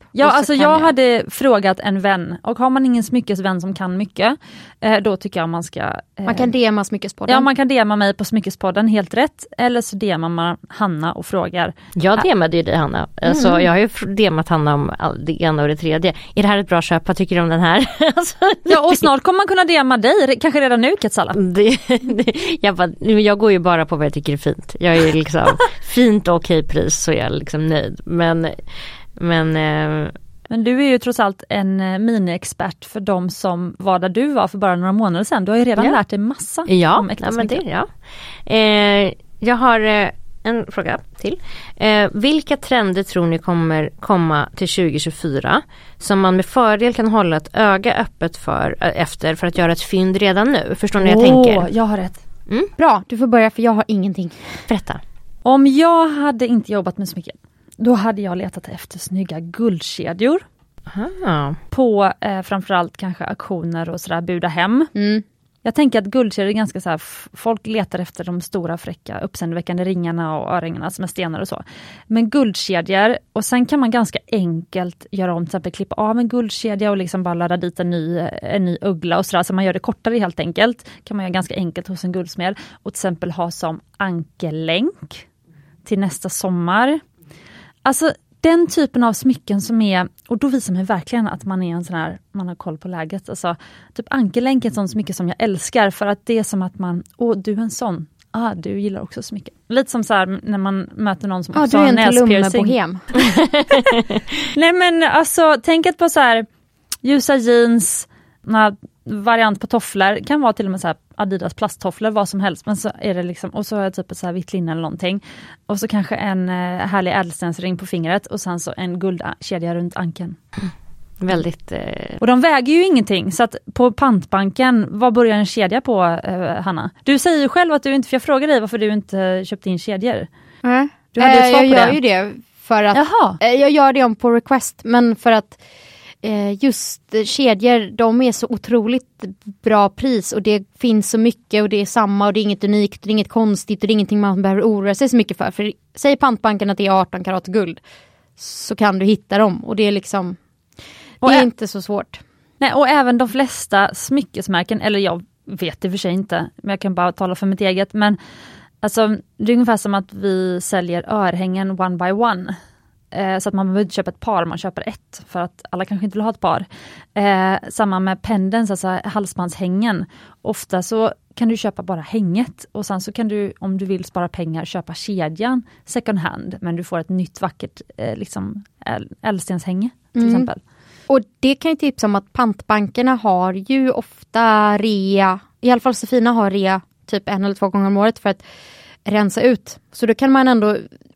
Speaker 1: Ja, alltså jag, jag hade frågat en vän, och har man ingen smyckesvän som kan mycket, eh, då tycker jag man ska... Eh,
Speaker 3: man kan D M Smyckespodden.
Speaker 1: Ja, man kan D M mig på Smyckespodden, helt rätt. Eller så D M man Hanna och frågar.
Speaker 2: Jag D Made ju dig, Hanna. Mm. Alltså, jag har ju D Mat Hanna om det ena och det tredje. Är det här ett bra köp? Vad tycker du om den här? Alltså,
Speaker 1: ja, och snart kommer man kunna D Ma dig, kanske redan nu, Katsala.
Speaker 2: Det, det, jag, bara, jag går ju bara på vad jag tycker är fint. Jag är liksom fint och okej pris, så är jag liksom nöjd. Men... men eh,
Speaker 1: Men du är ju trots allt en mini-expert för de som var där du var för bara några månader sedan. Du har ju redan ja. lärt dig massa
Speaker 2: ja,
Speaker 1: om äkta
Speaker 2: ja, men det, ja. Eh, jag har eh, en fråga till. Eh, vilka trender tror ni kommer komma till tjugo tjugofyra som man med fördel kan hålla ett öga öppet för äh, efter för att göra ett fynd redan nu? Förstår ni vad jag
Speaker 1: oh,
Speaker 2: tänker?
Speaker 1: Jag har rätt.
Speaker 3: Mm? Bra, du får börja för jag har ingenting.
Speaker 2: Berätta.
Speaker 1: Om jag hade inte jobbat med smycken, då hade jag letat efter snygga guldkedjor.
Speaker 2: Aha.
Speaker 1: På eh, framförallt kanske auktioner och sådär, buda hem.
Speaker 3: Mm.
Speaker 1: Jag tänker att guldkedjor är ganska så här, f- folk letar efter de stora fräcka uppseendeväckande ringarna och örringarna som är stenar och så. Men guldkedjor, och sen kan man ganska enkelt göra om, till exempel klippa av en guldkedja och liksom bara ladda dit en ny, en ny uggla och sådär, så man gör det kortare helt enkelt. Kan man göra ganska enkelt hos en guldsmed och till exempel ha som ankelänk till nästa sommar. Alltså den typen av smycken som är, och då visar man verkligen att man är en sån här, man har koll på läget. Alltså typ ankelänk är ett sånt smycke som jag älskar, för att det är som att man, åh du är en sån, ah du gillar också smycken. Lite som så här när man möter någon som
Speaker 3: ah,
Speaker 1: också har en näspiercing.
Speaker 3: Du är en
Speaker 1: Nej men alltså, tänk ett på så här ljusa jeans, några variant på tofflor, kan vara till och med så här Adidas plasttofflor, vad som helst, men så är det liksom, och så är det typ så här vitt linne eller någonting, och så kanske en eh, härlig ädelstensring på fingret och sen så en guldkedja runt ankeln.
Speaker 2: Mm. Väldigt eh...
Speaker 1: och de väger ju ingenting, så att på pantbanken, vad börjar en kedja på, eh, Hanna? Du säger ju själv att du inte, för jag frågar dig varför du inte köpte in kedjor.
Speaker 3: Mm.
Speaker 1: Du hade
Speaker 3: eh,
Speaker 1: ett svar
Speaker 3: jag
Speaker 1: på
Speaker 3: gör
Speaker 1: det.
Speaker 3: ju det för att
Speaker 1: Jaha.
Speaker 3: eh, jag gör det om på request, men för att just kedjor, de är så otroligt bra pris och det finns så mycket och det är samma och det är inget unikt, det är inget konstigt och det är ingenting man behöver oroa sig så mycket för. För säger pantbanken att det är arton karat guld, så kan du hitta dem och det är liksom, det är ä- inte så svårt.
Speaker 1: Nej, och även de flesta smyckesmärken, eller jag vet i och för sig inte, men jag kan bara tala för mitt eget, men alltså det är ungefär som att vi säljer örhängen one by one. Så att man behöver inte köpa ett par, man köper ett. För att alla kanske inte vill ha ett par. Eh, samma med pendens, alltså halsbandshängen. Ofta så kan du köpa bara hänget. Och sen så kan du, om du vill spara pengar, köpa kedjan second hand. Men du får ett nytt vackert eh, liksom, ädelstenshänge till
Speaker 3: mm.
Speaker 1: exempel.
Speaker 3: Och det kan ju tipsa om att pantbankerna har ju ofta rea. I alla fall Sofina har rea typ en eller två gånger om året för att rensa ut. Så då kan man ändå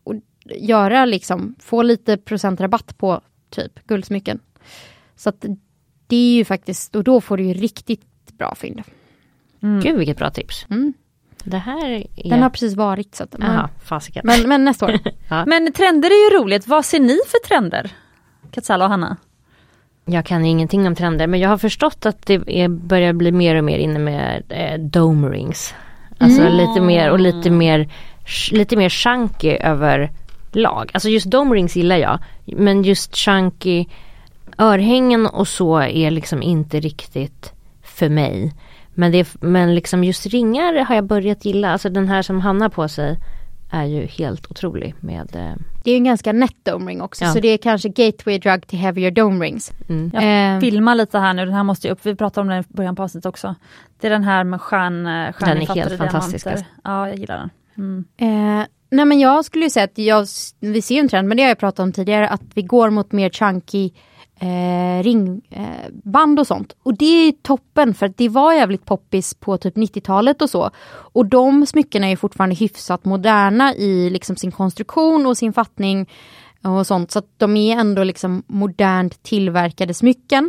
Speaker 3: göra liksom, få lite procentrabatt på typ guldsmycken. Så att det är ju faktiskt, och då får du ju riktigt bra fynd.
Speaker 2: Mm. Gud vilket bra tips.
Speaker 3: Mm.
Speaker 2: Det här är...
Speaker 3: Den har precis varit så att,
Speaker 2: Aha, fasiken.
Speaker 3: men, men nästa år.
Speaker 1: Ja. Men trender är ju roligt. Vad ser ni för trender? Katsala och Hanna?
Speaker 2: Jag kan ingenting om trender, men jag har förstått att det är, börjar bli mer och mer inne med eh, dome rings. Alltså mm. lite mer och lite mer lite mer chunky över lag. Alltså just dome rings gillar jag, men just chunky örhängen och så är liksom inte riktigt för mig. Men, det är, men liksom just ringar har jag börjat gilla. Alltså den här som Hanna på sig är ju helt otrolig med... Eh...
Speaker 3: Det är ju en ganska nätt dome ring också. Ja. Så det är kanske gateway drug till heavier dome rings.
Speaker 1: Mm. Jag filmar lite här nu. Den här måste ju upp. Vi pratade om den i början på avsnittet också. Det är den här med stjärn, stjärn
Speaker 2: Den är helt fantastisk. Alltså.
Speaker 1: Ja, jag gillar den. Mm.
Speaker 3: Eh, nej men jag skulle ju säga att jag, vi ser ju en trend, men det har jag pratat om tidigare, att vi går mot mer chunky eh, ringband eh, och sånt. Och det är toppen, för att det var jävligt poppis på typ nittiotalet och så. Och de smyckena är fortfarande hyfsat moderna i liksom sin konstruktion och sin fattning och sånt. Så att de är ändå liksom modernt tillverkade smycken.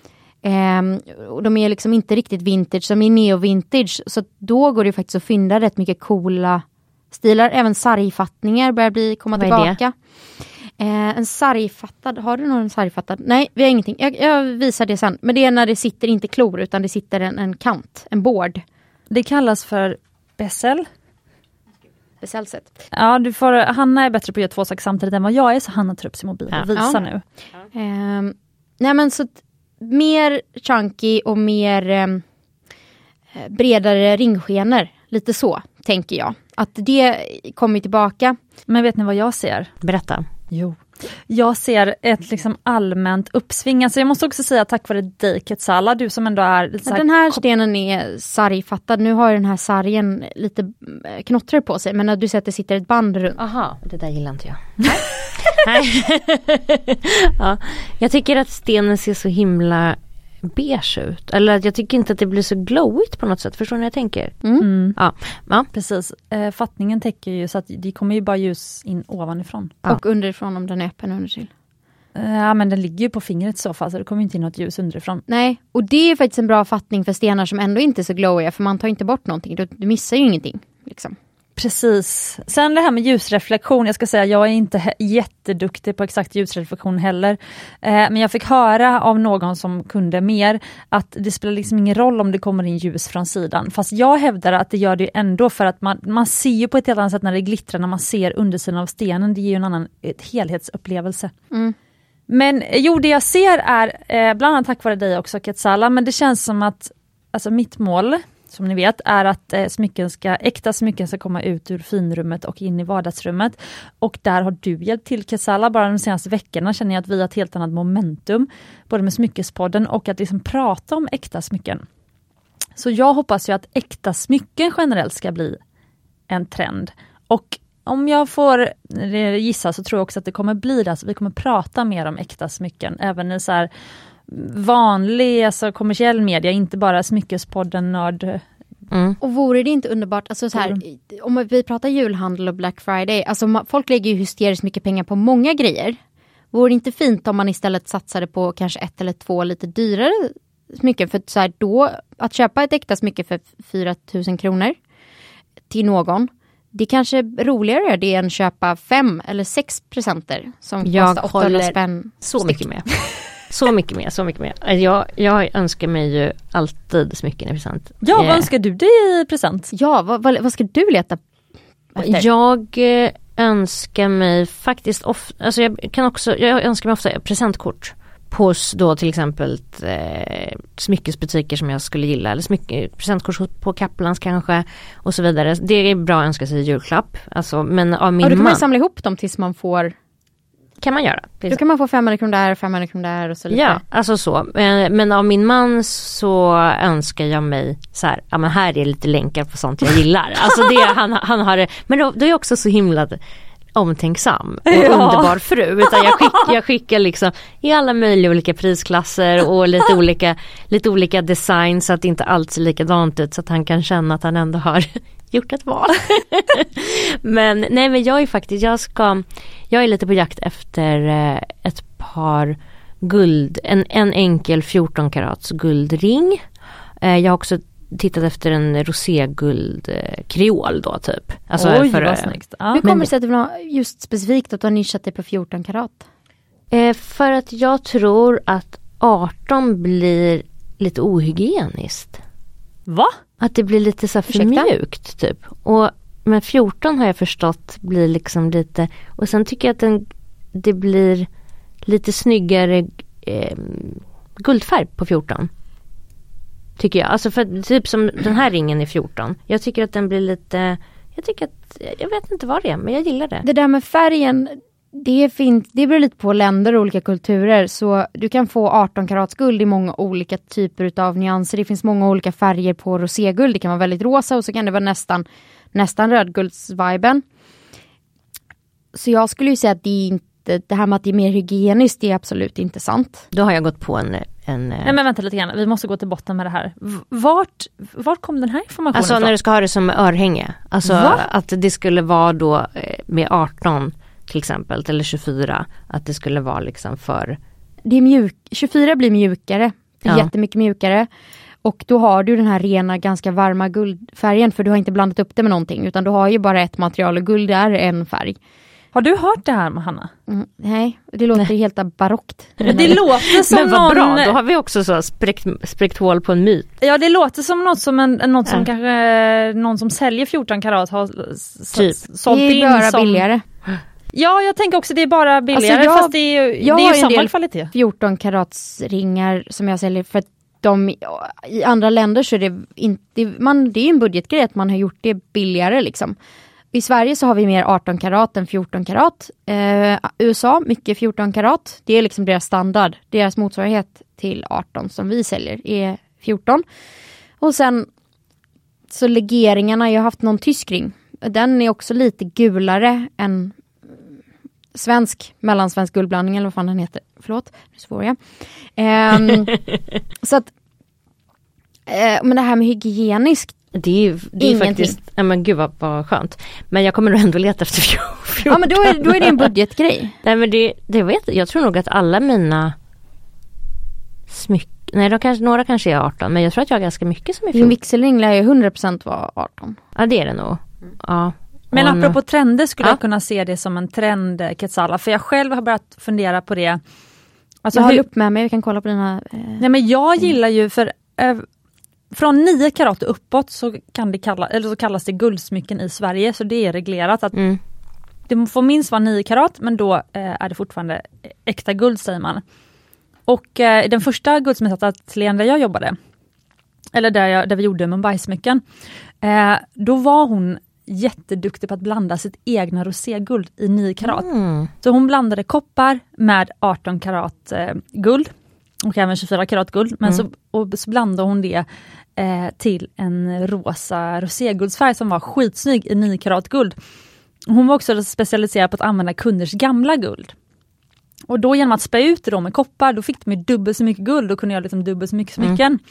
Speaker 3: Um, och de är liksom inte riktigt vintage, som är neo-vintage. Så då går det faktiskt att fynda rätt mycket coola stilar. Även sargfattningar börjar bli, komma
Speaker 2: Vad är
Speaker 3: tillbaka. Uh, en sargfattad, har du någon sargfattad? Nej, vi har ingenting. Jag, jag visar det sen. Men det är när det sitter inte klor, utan det sitter en, en kant, en board.
Speaker 1: Det kallas för bezel.
Speaker 3: speciellt sätt.
Speaker 1: Ja, du får, Hanna är bättre på att göra två saker samtidigt än vad jag är, så Hanna tar upp sin mobil och visar
Speaker 3: ja.
Speaker 1: nu.
Speaker 3: Ja. Um, nej men så att, mer chunky och mer um, bredare ringskenor. Lite så, tänker jag. Att det kommer tillbaka.
Speaker 1: Men vet ni vad jag ser?
Speaker 2: Berätta.
Speaker 1: Jo. Jag ser ett liksom allmänt uppsving. Alltså jag måste också säga tack vare dig, Quetzala, du som ändå är... Lite så här...
Speaker 3: Den här stenen är sargfattad. Nu har ju den här sargen lite knottrar på sig. Men när du ser att det sitter ett band runt.
Speaker 2: Aha, det där gillar inte jag. Nej. Ja, jag tycker att stenen ser så himla beige ut. Eller jag tycker inte att det blir så glowigt på något sätt. Förstår ni vad jag tänker?
Speaker 3: Mm.
Speaker 1: Mm.
Speaker 2: Ja. Ja,
Speaker 1: precis. Eh, fattningen täcker ju så att det kommer ju bara ljus in ovanifrån.
Speaker 3: Ja. Och underifrån om den är öppen undertill.
Speaker 1: Eh, ja, men den ligger ju på fingret så fall, så det kommer inte in något ljus underifrån.
Speaker 3: Nej, och det är faktiskt en bra fattning för stenar som ändå inte är så glowiga. För man tar inte bort någonting. Du, du missar ju ingenting. Liksom.
Speaker 1: Precis. Sen det här med ljusreflektion. Jag ska säga, jag är inte he- jätteduktig på exakt ljusreflektion heller. Eh, men jag fick höra av någon som kunde mer att det spelar liksom ingen roll om det kommer in ljus från sidan. Fast jag hävdar att det gör det ändå, för att man, man ser ju på ett helt annat sätt när det glittrar, när man ser undersidan av stenen. Det ger ju en annan ett helhetsupplevelse.
Speaker 3: Mm.
Speaker 1: Men jo, det jag ser är eh, bland annat tack vare dig också, Quetzala, men det känns som att alltså mitt mål, som ni vet, är att eh, smycken ska, äkta smycken ska komma ut ur finrummet och in i vardagsrummet. Och där har du hjälpt till, Quetzala. Bara de senaste veckorna känner jag att vi har ett helt annat momentum, både med Smyckespodden och att liksom prata om äkta smycken. Så jag hoppas ju att äkta smycken generellt ska bli en trend. Och om jag får gissa så tror jag också att det kommer bli det. Alltså vi kommer prata mer om äkta smycken, även i så här vanlig, alltså kommersiell media, inte bara Smyckespodden nörd.
Speaker 2: Mm.
Speaker 3: Och vore det inte underbart, alltså så här, mm. om vi pratar julhandel och Black Friday, alltså ma- folk lägger ju hysteriskt mycket pengar på många grejer. Vore det inte fint om man istället satsade på kanske ett eller två lite dyrare smycken, för så här, då att köpa ett äkta smycke för fyra tusen kronor till någon, det är kanske roligare det än köpa fem eller sex presenter som
Speaker 2: jag
Speaker 3: kostar åttahundra spänn.
Speaker 2: Så mycket mer. Så mycket mer, så mycket mer. Jag, jag önskar mig ju alltid smycken i present.
Speaker 1: Ja, vad
Speaker 2: eh.
Speaker 1: önskar du dig i present?
Speaker 3: Ja, vad, vad, vad ska du leta efter?
Speaker 2: Jag eh, önskar mig faktiskt of, alltså jag kan också, jag önskar mig ofta presentkort på då till exempel eh, smyckesbutiker som jag skulle gilla, eller smyck, presentkort på Kaplans kanske och så vidare. Det är bra att önska sig julklapp, alltså, men av min
Speaker 3: ja, du kan
Speaker 2: man
Speaker 3: man samla ihop dem tills man får.
Speaker 2: Kan man göra.
Speaker 3: Då kan man få femhundra kronor där, femhundra kronor där och så lite.
Speaker 2: Ja, alltså så. Men av min man så önskar jag mig så här, ja men här är lite länkar på sånt jag gillar. Alltså det, han, han har det, men då, då är jag också så himla omtänksam och
Speaker 1: ja.
Speaker 2: underbar fru. Utan jag, skick, jag skickar liksom i alla möjliga olika prisklasser och lite olika, lite olika design så att inte allt ser likadant ut, så att han kan känna att han ändå har gjort ett val. Men nej, men jag är faktiskt, jag ska, jag är lite på jakt efter ett par guld, en, en enkel fjorton karats guldring. Jag har också tittat efter en roséguld kreol då typ. Alltså
Speaker 1: oj,
Speaker 2: för,
Speaker 1: vad snyggt. Ja.
Speaker 3: Hur kommer
Speaker 2: men,
Speaker 3: det sig att du vill ha just specifikt att du har nischat dig på fjorton karat?
Speaker 2: Eh, för att jag tror att arton blir lite ohygieniskt.
Speaker 1: Va?
Speaker 2: Att det blir lite så här för
Speaker 3: Ursäkta?
Speaker 2: mjukt typ. Och men fjorton har jag förstått blir liksom lite, och sen tycker jag att den, det blir lite snyggare eh, guldfärg på fjorton. Tycker jag. Alltså för typ som den här ringen är fjorton. Jag tycker att den blir lite, jag tycker att, jag vet inte vad det är, men jag gillar det.
Speaker 3: Det där med färgen, det är fint, det beror lite på länder och olika kulturer, så du kan få arton karats guld i många olika typer av nyanser. Det finns många olika färger på roséguld. Det kan vara väldigt rosa och så kan det vara nästan nästan rödguldsviben. Så jag skulle ju säga att det är inte, det här med att det är mer hygieniskt, det är absolut inte sant.
Speaker 2: Då har jag gått på en, en
Speaker 1: Nej men vänta lite grann, vi måste gå till botten med det här. Vart, vart kom den här informationen
Speaker 2: alltså
Speaker 1: ifrån?
Speaker 2: när du ska ha det som örhänge. Alltså
Speaker 1: Va?
Speaker 2: att det skulle vara då med arton till exempel, eller tjugofyra, att det skulle vara liksom för...
Speaker 3: Det är mjuk, tjugofyra blir mjukare, det är
Speaker 2: Ja.
Speaker 3: jättemycket mjukare. Och då har du den här rena, ganska varma guldfärgen, för du har inte blandat upp det med någonting, utan du har ju bara ett material och guld är en färg.
Speaker 1: Har du hört det här med Hanna?
Speaker 3: Mm, nej, det låter nej. helt barockt.
Speaker 1: Det låter som
Speaker 2: men vad
Speaker 1: någon...
Speaker 2: bra, då har vi också så spräckt, spräckt hål på en myt.
Speaker 1: Ja, det låter som något som, en, något som ja. kanske någon som säljer fjorton karat har
Speaker 2: typ.
Speaker 1: sålt in.
Speaker 3: Det är bara
Speaker 1: som...
Speaker 3: billigare.
Speaker 1: Ja, jag tänker också det är bara billigare, alltså jag, fast det är ju,
Speaker 3: jag
Speaker 1: det är
Speaker 3: har
Speaker 1: ju samma kvalitet.
Speaker 3: fjorton karats ringar som jag säljer för att de, i andra länder så är det inte, man, det är en budgetgrej att man har gjort det billigare liksom. I Sverige så har vi mer arton karat än fjorton karat. Eh, U S A, mycket fjorton karat. Det är liksom deras standard. Deras motsvarighet till arton som vi säljer är fjorton. Och sen så legeringarna, jag har haft någon tysk ring. Den är också lite gulare än svensk, mellansvensk guldblandning eller vad fan den heter. Förlåt, nu svår jag. Eh, så att, eh, men det här med hygieniskt.
Speaker 2: Det är ju det är faktiskt, ja men gud vad, vad skönt. Men jag kommer nog ändå leta efter fjorton.
Speaker 3: Ja men då är, då är det en budgetgrej.
Speaker 2: Nej men det, det vet jag. Jag tror nog att alla mina smycken, nej då kanske, några kanske är arton. Men jag tror att jag har ganska mycket som är fjorton.
Speaker 3: Din vigselring lär ju hundra procent vara arton.
Speaker 2: Ja det är det nog. Ja.
Speaker 1: Men apropå trender skulle ja. jag kunna se det som en trend, Quetzala. För jag själv har börjat fundera på det.
Speaker 3: Alltså, jag har hur... upp med mig, vi kan kolla på dina... Eh...
Speaker 1: Nej men jag gillar ju för... Eh, från nio karat och uppåt så, kan det kalla, eller så kallas det guldsmycken i Sverige. Så det är reglerat att mm. det får minst vara nio karat, men då eh, är det fortfarande äkta guld säger man. Och eh, den första guldsmycksateljén där jag jobbade, eller där, jag, där vi gjorde Mumbai-smycken, eh, då var hon jätteduktig på att blanda sitt egna roséguld i nio karat. Mm. Så hon blandade koppar med arton karat eh, guld och även tjugofyra karat guld. Men mm. så, och så blandade hon det eh, till en rosa roséguldsfärg som var skitsnygg i nio karat guld. Hon var också specialiserad på att använda kunders gamla guld. Och då genom att spä ut det med koppar, då fick de ju dubbelt så mycket guld och kunde göra liksom dubbelt så mycket smycken. Mm.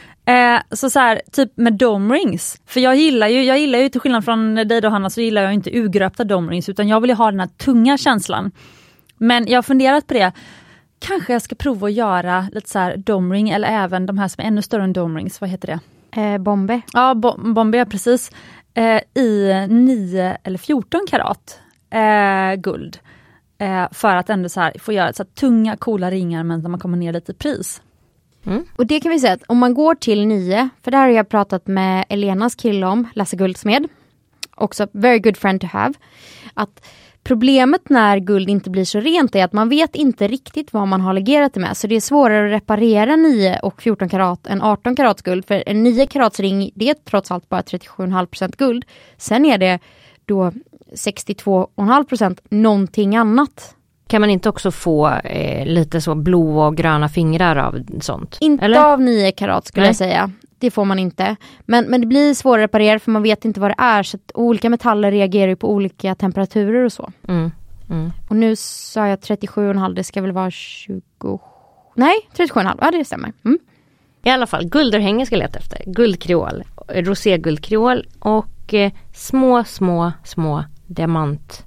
Speaker 1: Eh, så så här, typ med dome rings. För jag gillar ju, jag gillar ju till skillnad från dig då Hanna, så gillar jag inte urgröpta dome rings, utan jag vill ju ha den här tunga känslan. Men jag har funderat på det. Kanske jag ska prova att göra lite så här dome ring, eller även de här som är ännu större än dome rings. Vad heter det?
Speaker 3: Eh, Bombay.
Speaker 1: Ja, bo- Bombay, precis. Eh, I nio eller fjorton karat eh, guld. Eh, för att ändå så här, få göra så här tunga, coola ringar, men när man kommer ner lite i pris.
Speaker 3: Mm. Och det kan vi säga att om man går till nio, för det här har jag pratat med Elenas kille om, Lasse Guldsmed, också very good friend to have, att problemet när guld inte blir så rent är att man vet inte riktigt vad man har legerat det med, så det är svårare att reparera nio och fjorton karat än arton karats guld, för en nio karats ring, det är trots allt bara trettiosju komma fem procent guld, sen är det då sextiotvå komma fem procent någonting annat.
Speaker 2: Kan man inte också få eh, lite så blå och gröna fingrar av sånt?
Speaker 3: Inte eller? Av nio karat skulle Nej. jag säga. Det får man inte. Men, men det blir svårare att reparera för man vet inte vad det är. Så att olika metaller reagerar ju på olika temperaturer och så. Mm. Mm. Och nu sa jag trettiosju komma fem, det ska väl vara tjugo... Nej, trettiosju komma fem, ja det stämmer. Mm.
Speaker 2: I alla fall, guldörhänge ska jag leta efter. Guldkreol, roséguldkreol och eh, små, små, små diamant.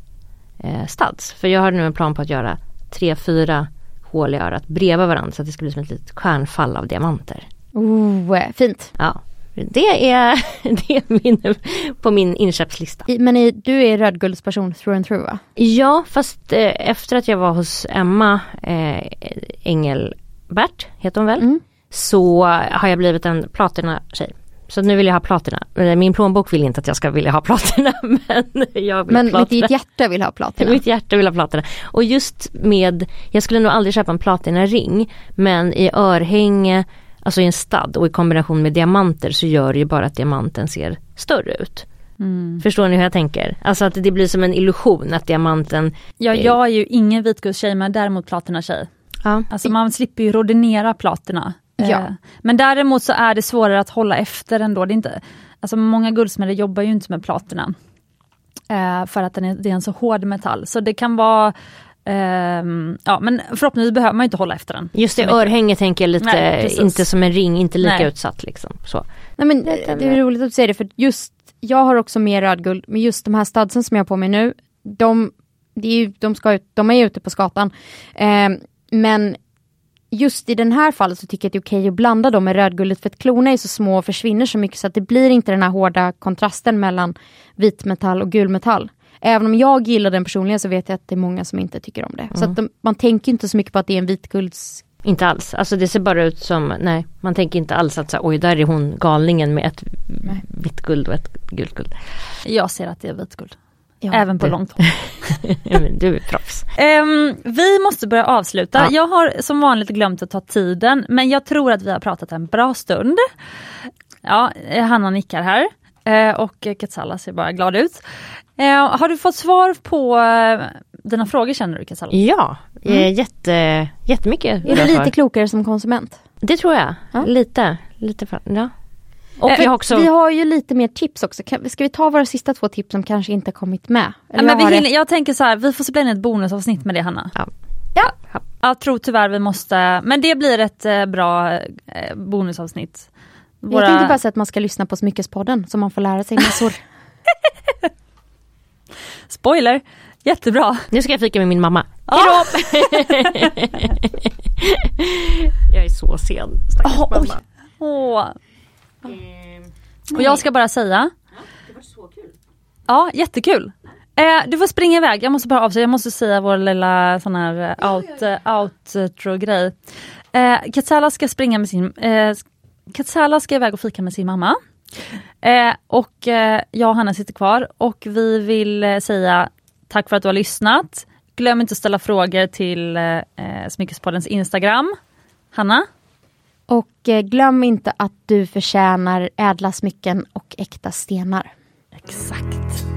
Speaker 2: Stads. För jag har nu en plan på att göra tre, fyra hål i örat bredvid varandra så att det ska bli som ett litet stjärnfall av diamanter.
Speaker 3: Oh, fint.
Speaker 2: Ja, det är, det är min, på min inköpslista.
Speaker 3: Men är, du är rödguldsperson through and through, va?
Speaker 2: Ja, fast eh, efter att jag var hos Emma eh, Engelbert, heter hon väl? Mm. Så har jag blivit en platina-tjej. Så nu vill jag ha platina. Min plånbok vill inte att jag ska vilja ha platina. Men jag vill
Speaker 3: men
Speaker 2: ha platina.
Speaker 3: Ditt hjärta vill ha platina.
Speaker 2: Mitt hjärta vill ha platina. Och just med, jag skulle nog aldrig köpa en platina-ring. Men i örhänge, alltså i en stad och i kombination med diamanter så gör det ju bara att diamanten ser större ut. Mm. Förstår ni hur jag tänker? Alltså att det blir som en illusion att diamanten...
Speaker 1: Ja, jag är ju ingen vitguldstjej men däremot platina-tjej. Ja. Alltså man slipper ju rodinera platina. Ja. Men däremot så är det svårare att hålla efter ändå. Det är inte, alltså många guldsmeder jobbar ju inte med platina. Eh, för att den är, det är en så hård metall. Så det kan vara... Eh, ja, men förhoppningsvis behöver man inte hålla efter den.
Speaker 2: Just det, örhänge tänker jag lite... Nej, inte som en ring, inte lika Nej. utsatt liksom. Så.
Speaker 3: Nej, men det, det är roligt att säga det. För just, jag har också mer rödguld. Men just de här stadsen som jag har på mig nu. De, det är ju, de, ska ut, de är ute på skatan. Eh, men... Just i den här fallet så tycker jag att det är okej att blanda dem med rödguldet för att klorna är så små och försvinner så mycket så att det blir inte den här hårda kontrasten mellan vitmetall och gulmetall. Även om jag gillar den personligen så vet jag att det är många som inte tycker om det. Mm. Så att de, man tänker inte så mycket på att det är en vitgulds...
Speaker 2: Inte alls. Alltså det ser bara ut som, nej, man tänker inte alls att så, oj, där är hon galningen med ett nej. vitt guld och ett gult guld.
Speaker 1: Jag ser att det är vitguld. Ja, även på
Speaker 2: du.
Speaker 1: långt håll.
Speaker 2: Men du är proffs.
Speaker 1: Um, vi måste börja avsluta.
Speaker 2: Ja.
Speaker 1: Jag har som vanligt glömt att ta tiden, men jag tror att vi har pratat en bra stund. Ja, Hanna nickar här. Uh, och Katsala ser bara glad ut. Uh, har du fått svar på uh, dina frågor, känner du, Katsala?
Speaker 2: Ja, mm. jätte, jättemycket.
Speaker 3: Är du lite klokare som konsument?
Speaker 2: Det tror jag. Ja. Lite. lite för, ja.
Speaker 3: Och vi, har också... vi har ju lite mer tips också. Ska vi ta våra sista två tips som kanske inte har kommit med?
Speaker 1: Ja, men vi hinner, jag tänker så här, vi får spela in ett bonusavsnitt med det, Hanna.
Speaker 2: Ja.
Speaker 3: Ja.
Speaker 1: Ja. Jag tror tyvärr vi måste, men det blir ett eh, bra eh, bonusavsnitt.
Speaker 3: Våra... Jag tänkte bara säga att man ska lyssna på Smyckespodden så man får lära sig massor.
Speaker 1: Spoiler, jättebra.
Speaker 2: Nu ska jag fika med min mamma.
Speaker 1: Ja.
Speaker 2: Jag är så sen. Stackars oh, mamma.
Speaker 1: Åh. Och jag ska bara säga.
Speaker 2: Ja, det var så kul.
Speaker 1: Ja, jättekul. Eh, du får springa iväg. Jag måste bara avsluta. Jag måste säga vår lilla sån här out, outro-grej. Eh, Katsala ska springa med sin... Eh, Katsala ska iväg och fika med sin mamma. Eh, och eh, jag och Hanna sitter kvar. Och vi vill eh, säga tack för att du har lyssnat. Glöm inte att ställa frågor till eh, Smyckespoddens Instagram. Hanna?
Speaker 3: Och eh, glöm inte att du förtjänar ädla smycken och äkta stenar.
Speaker 1: Exakt.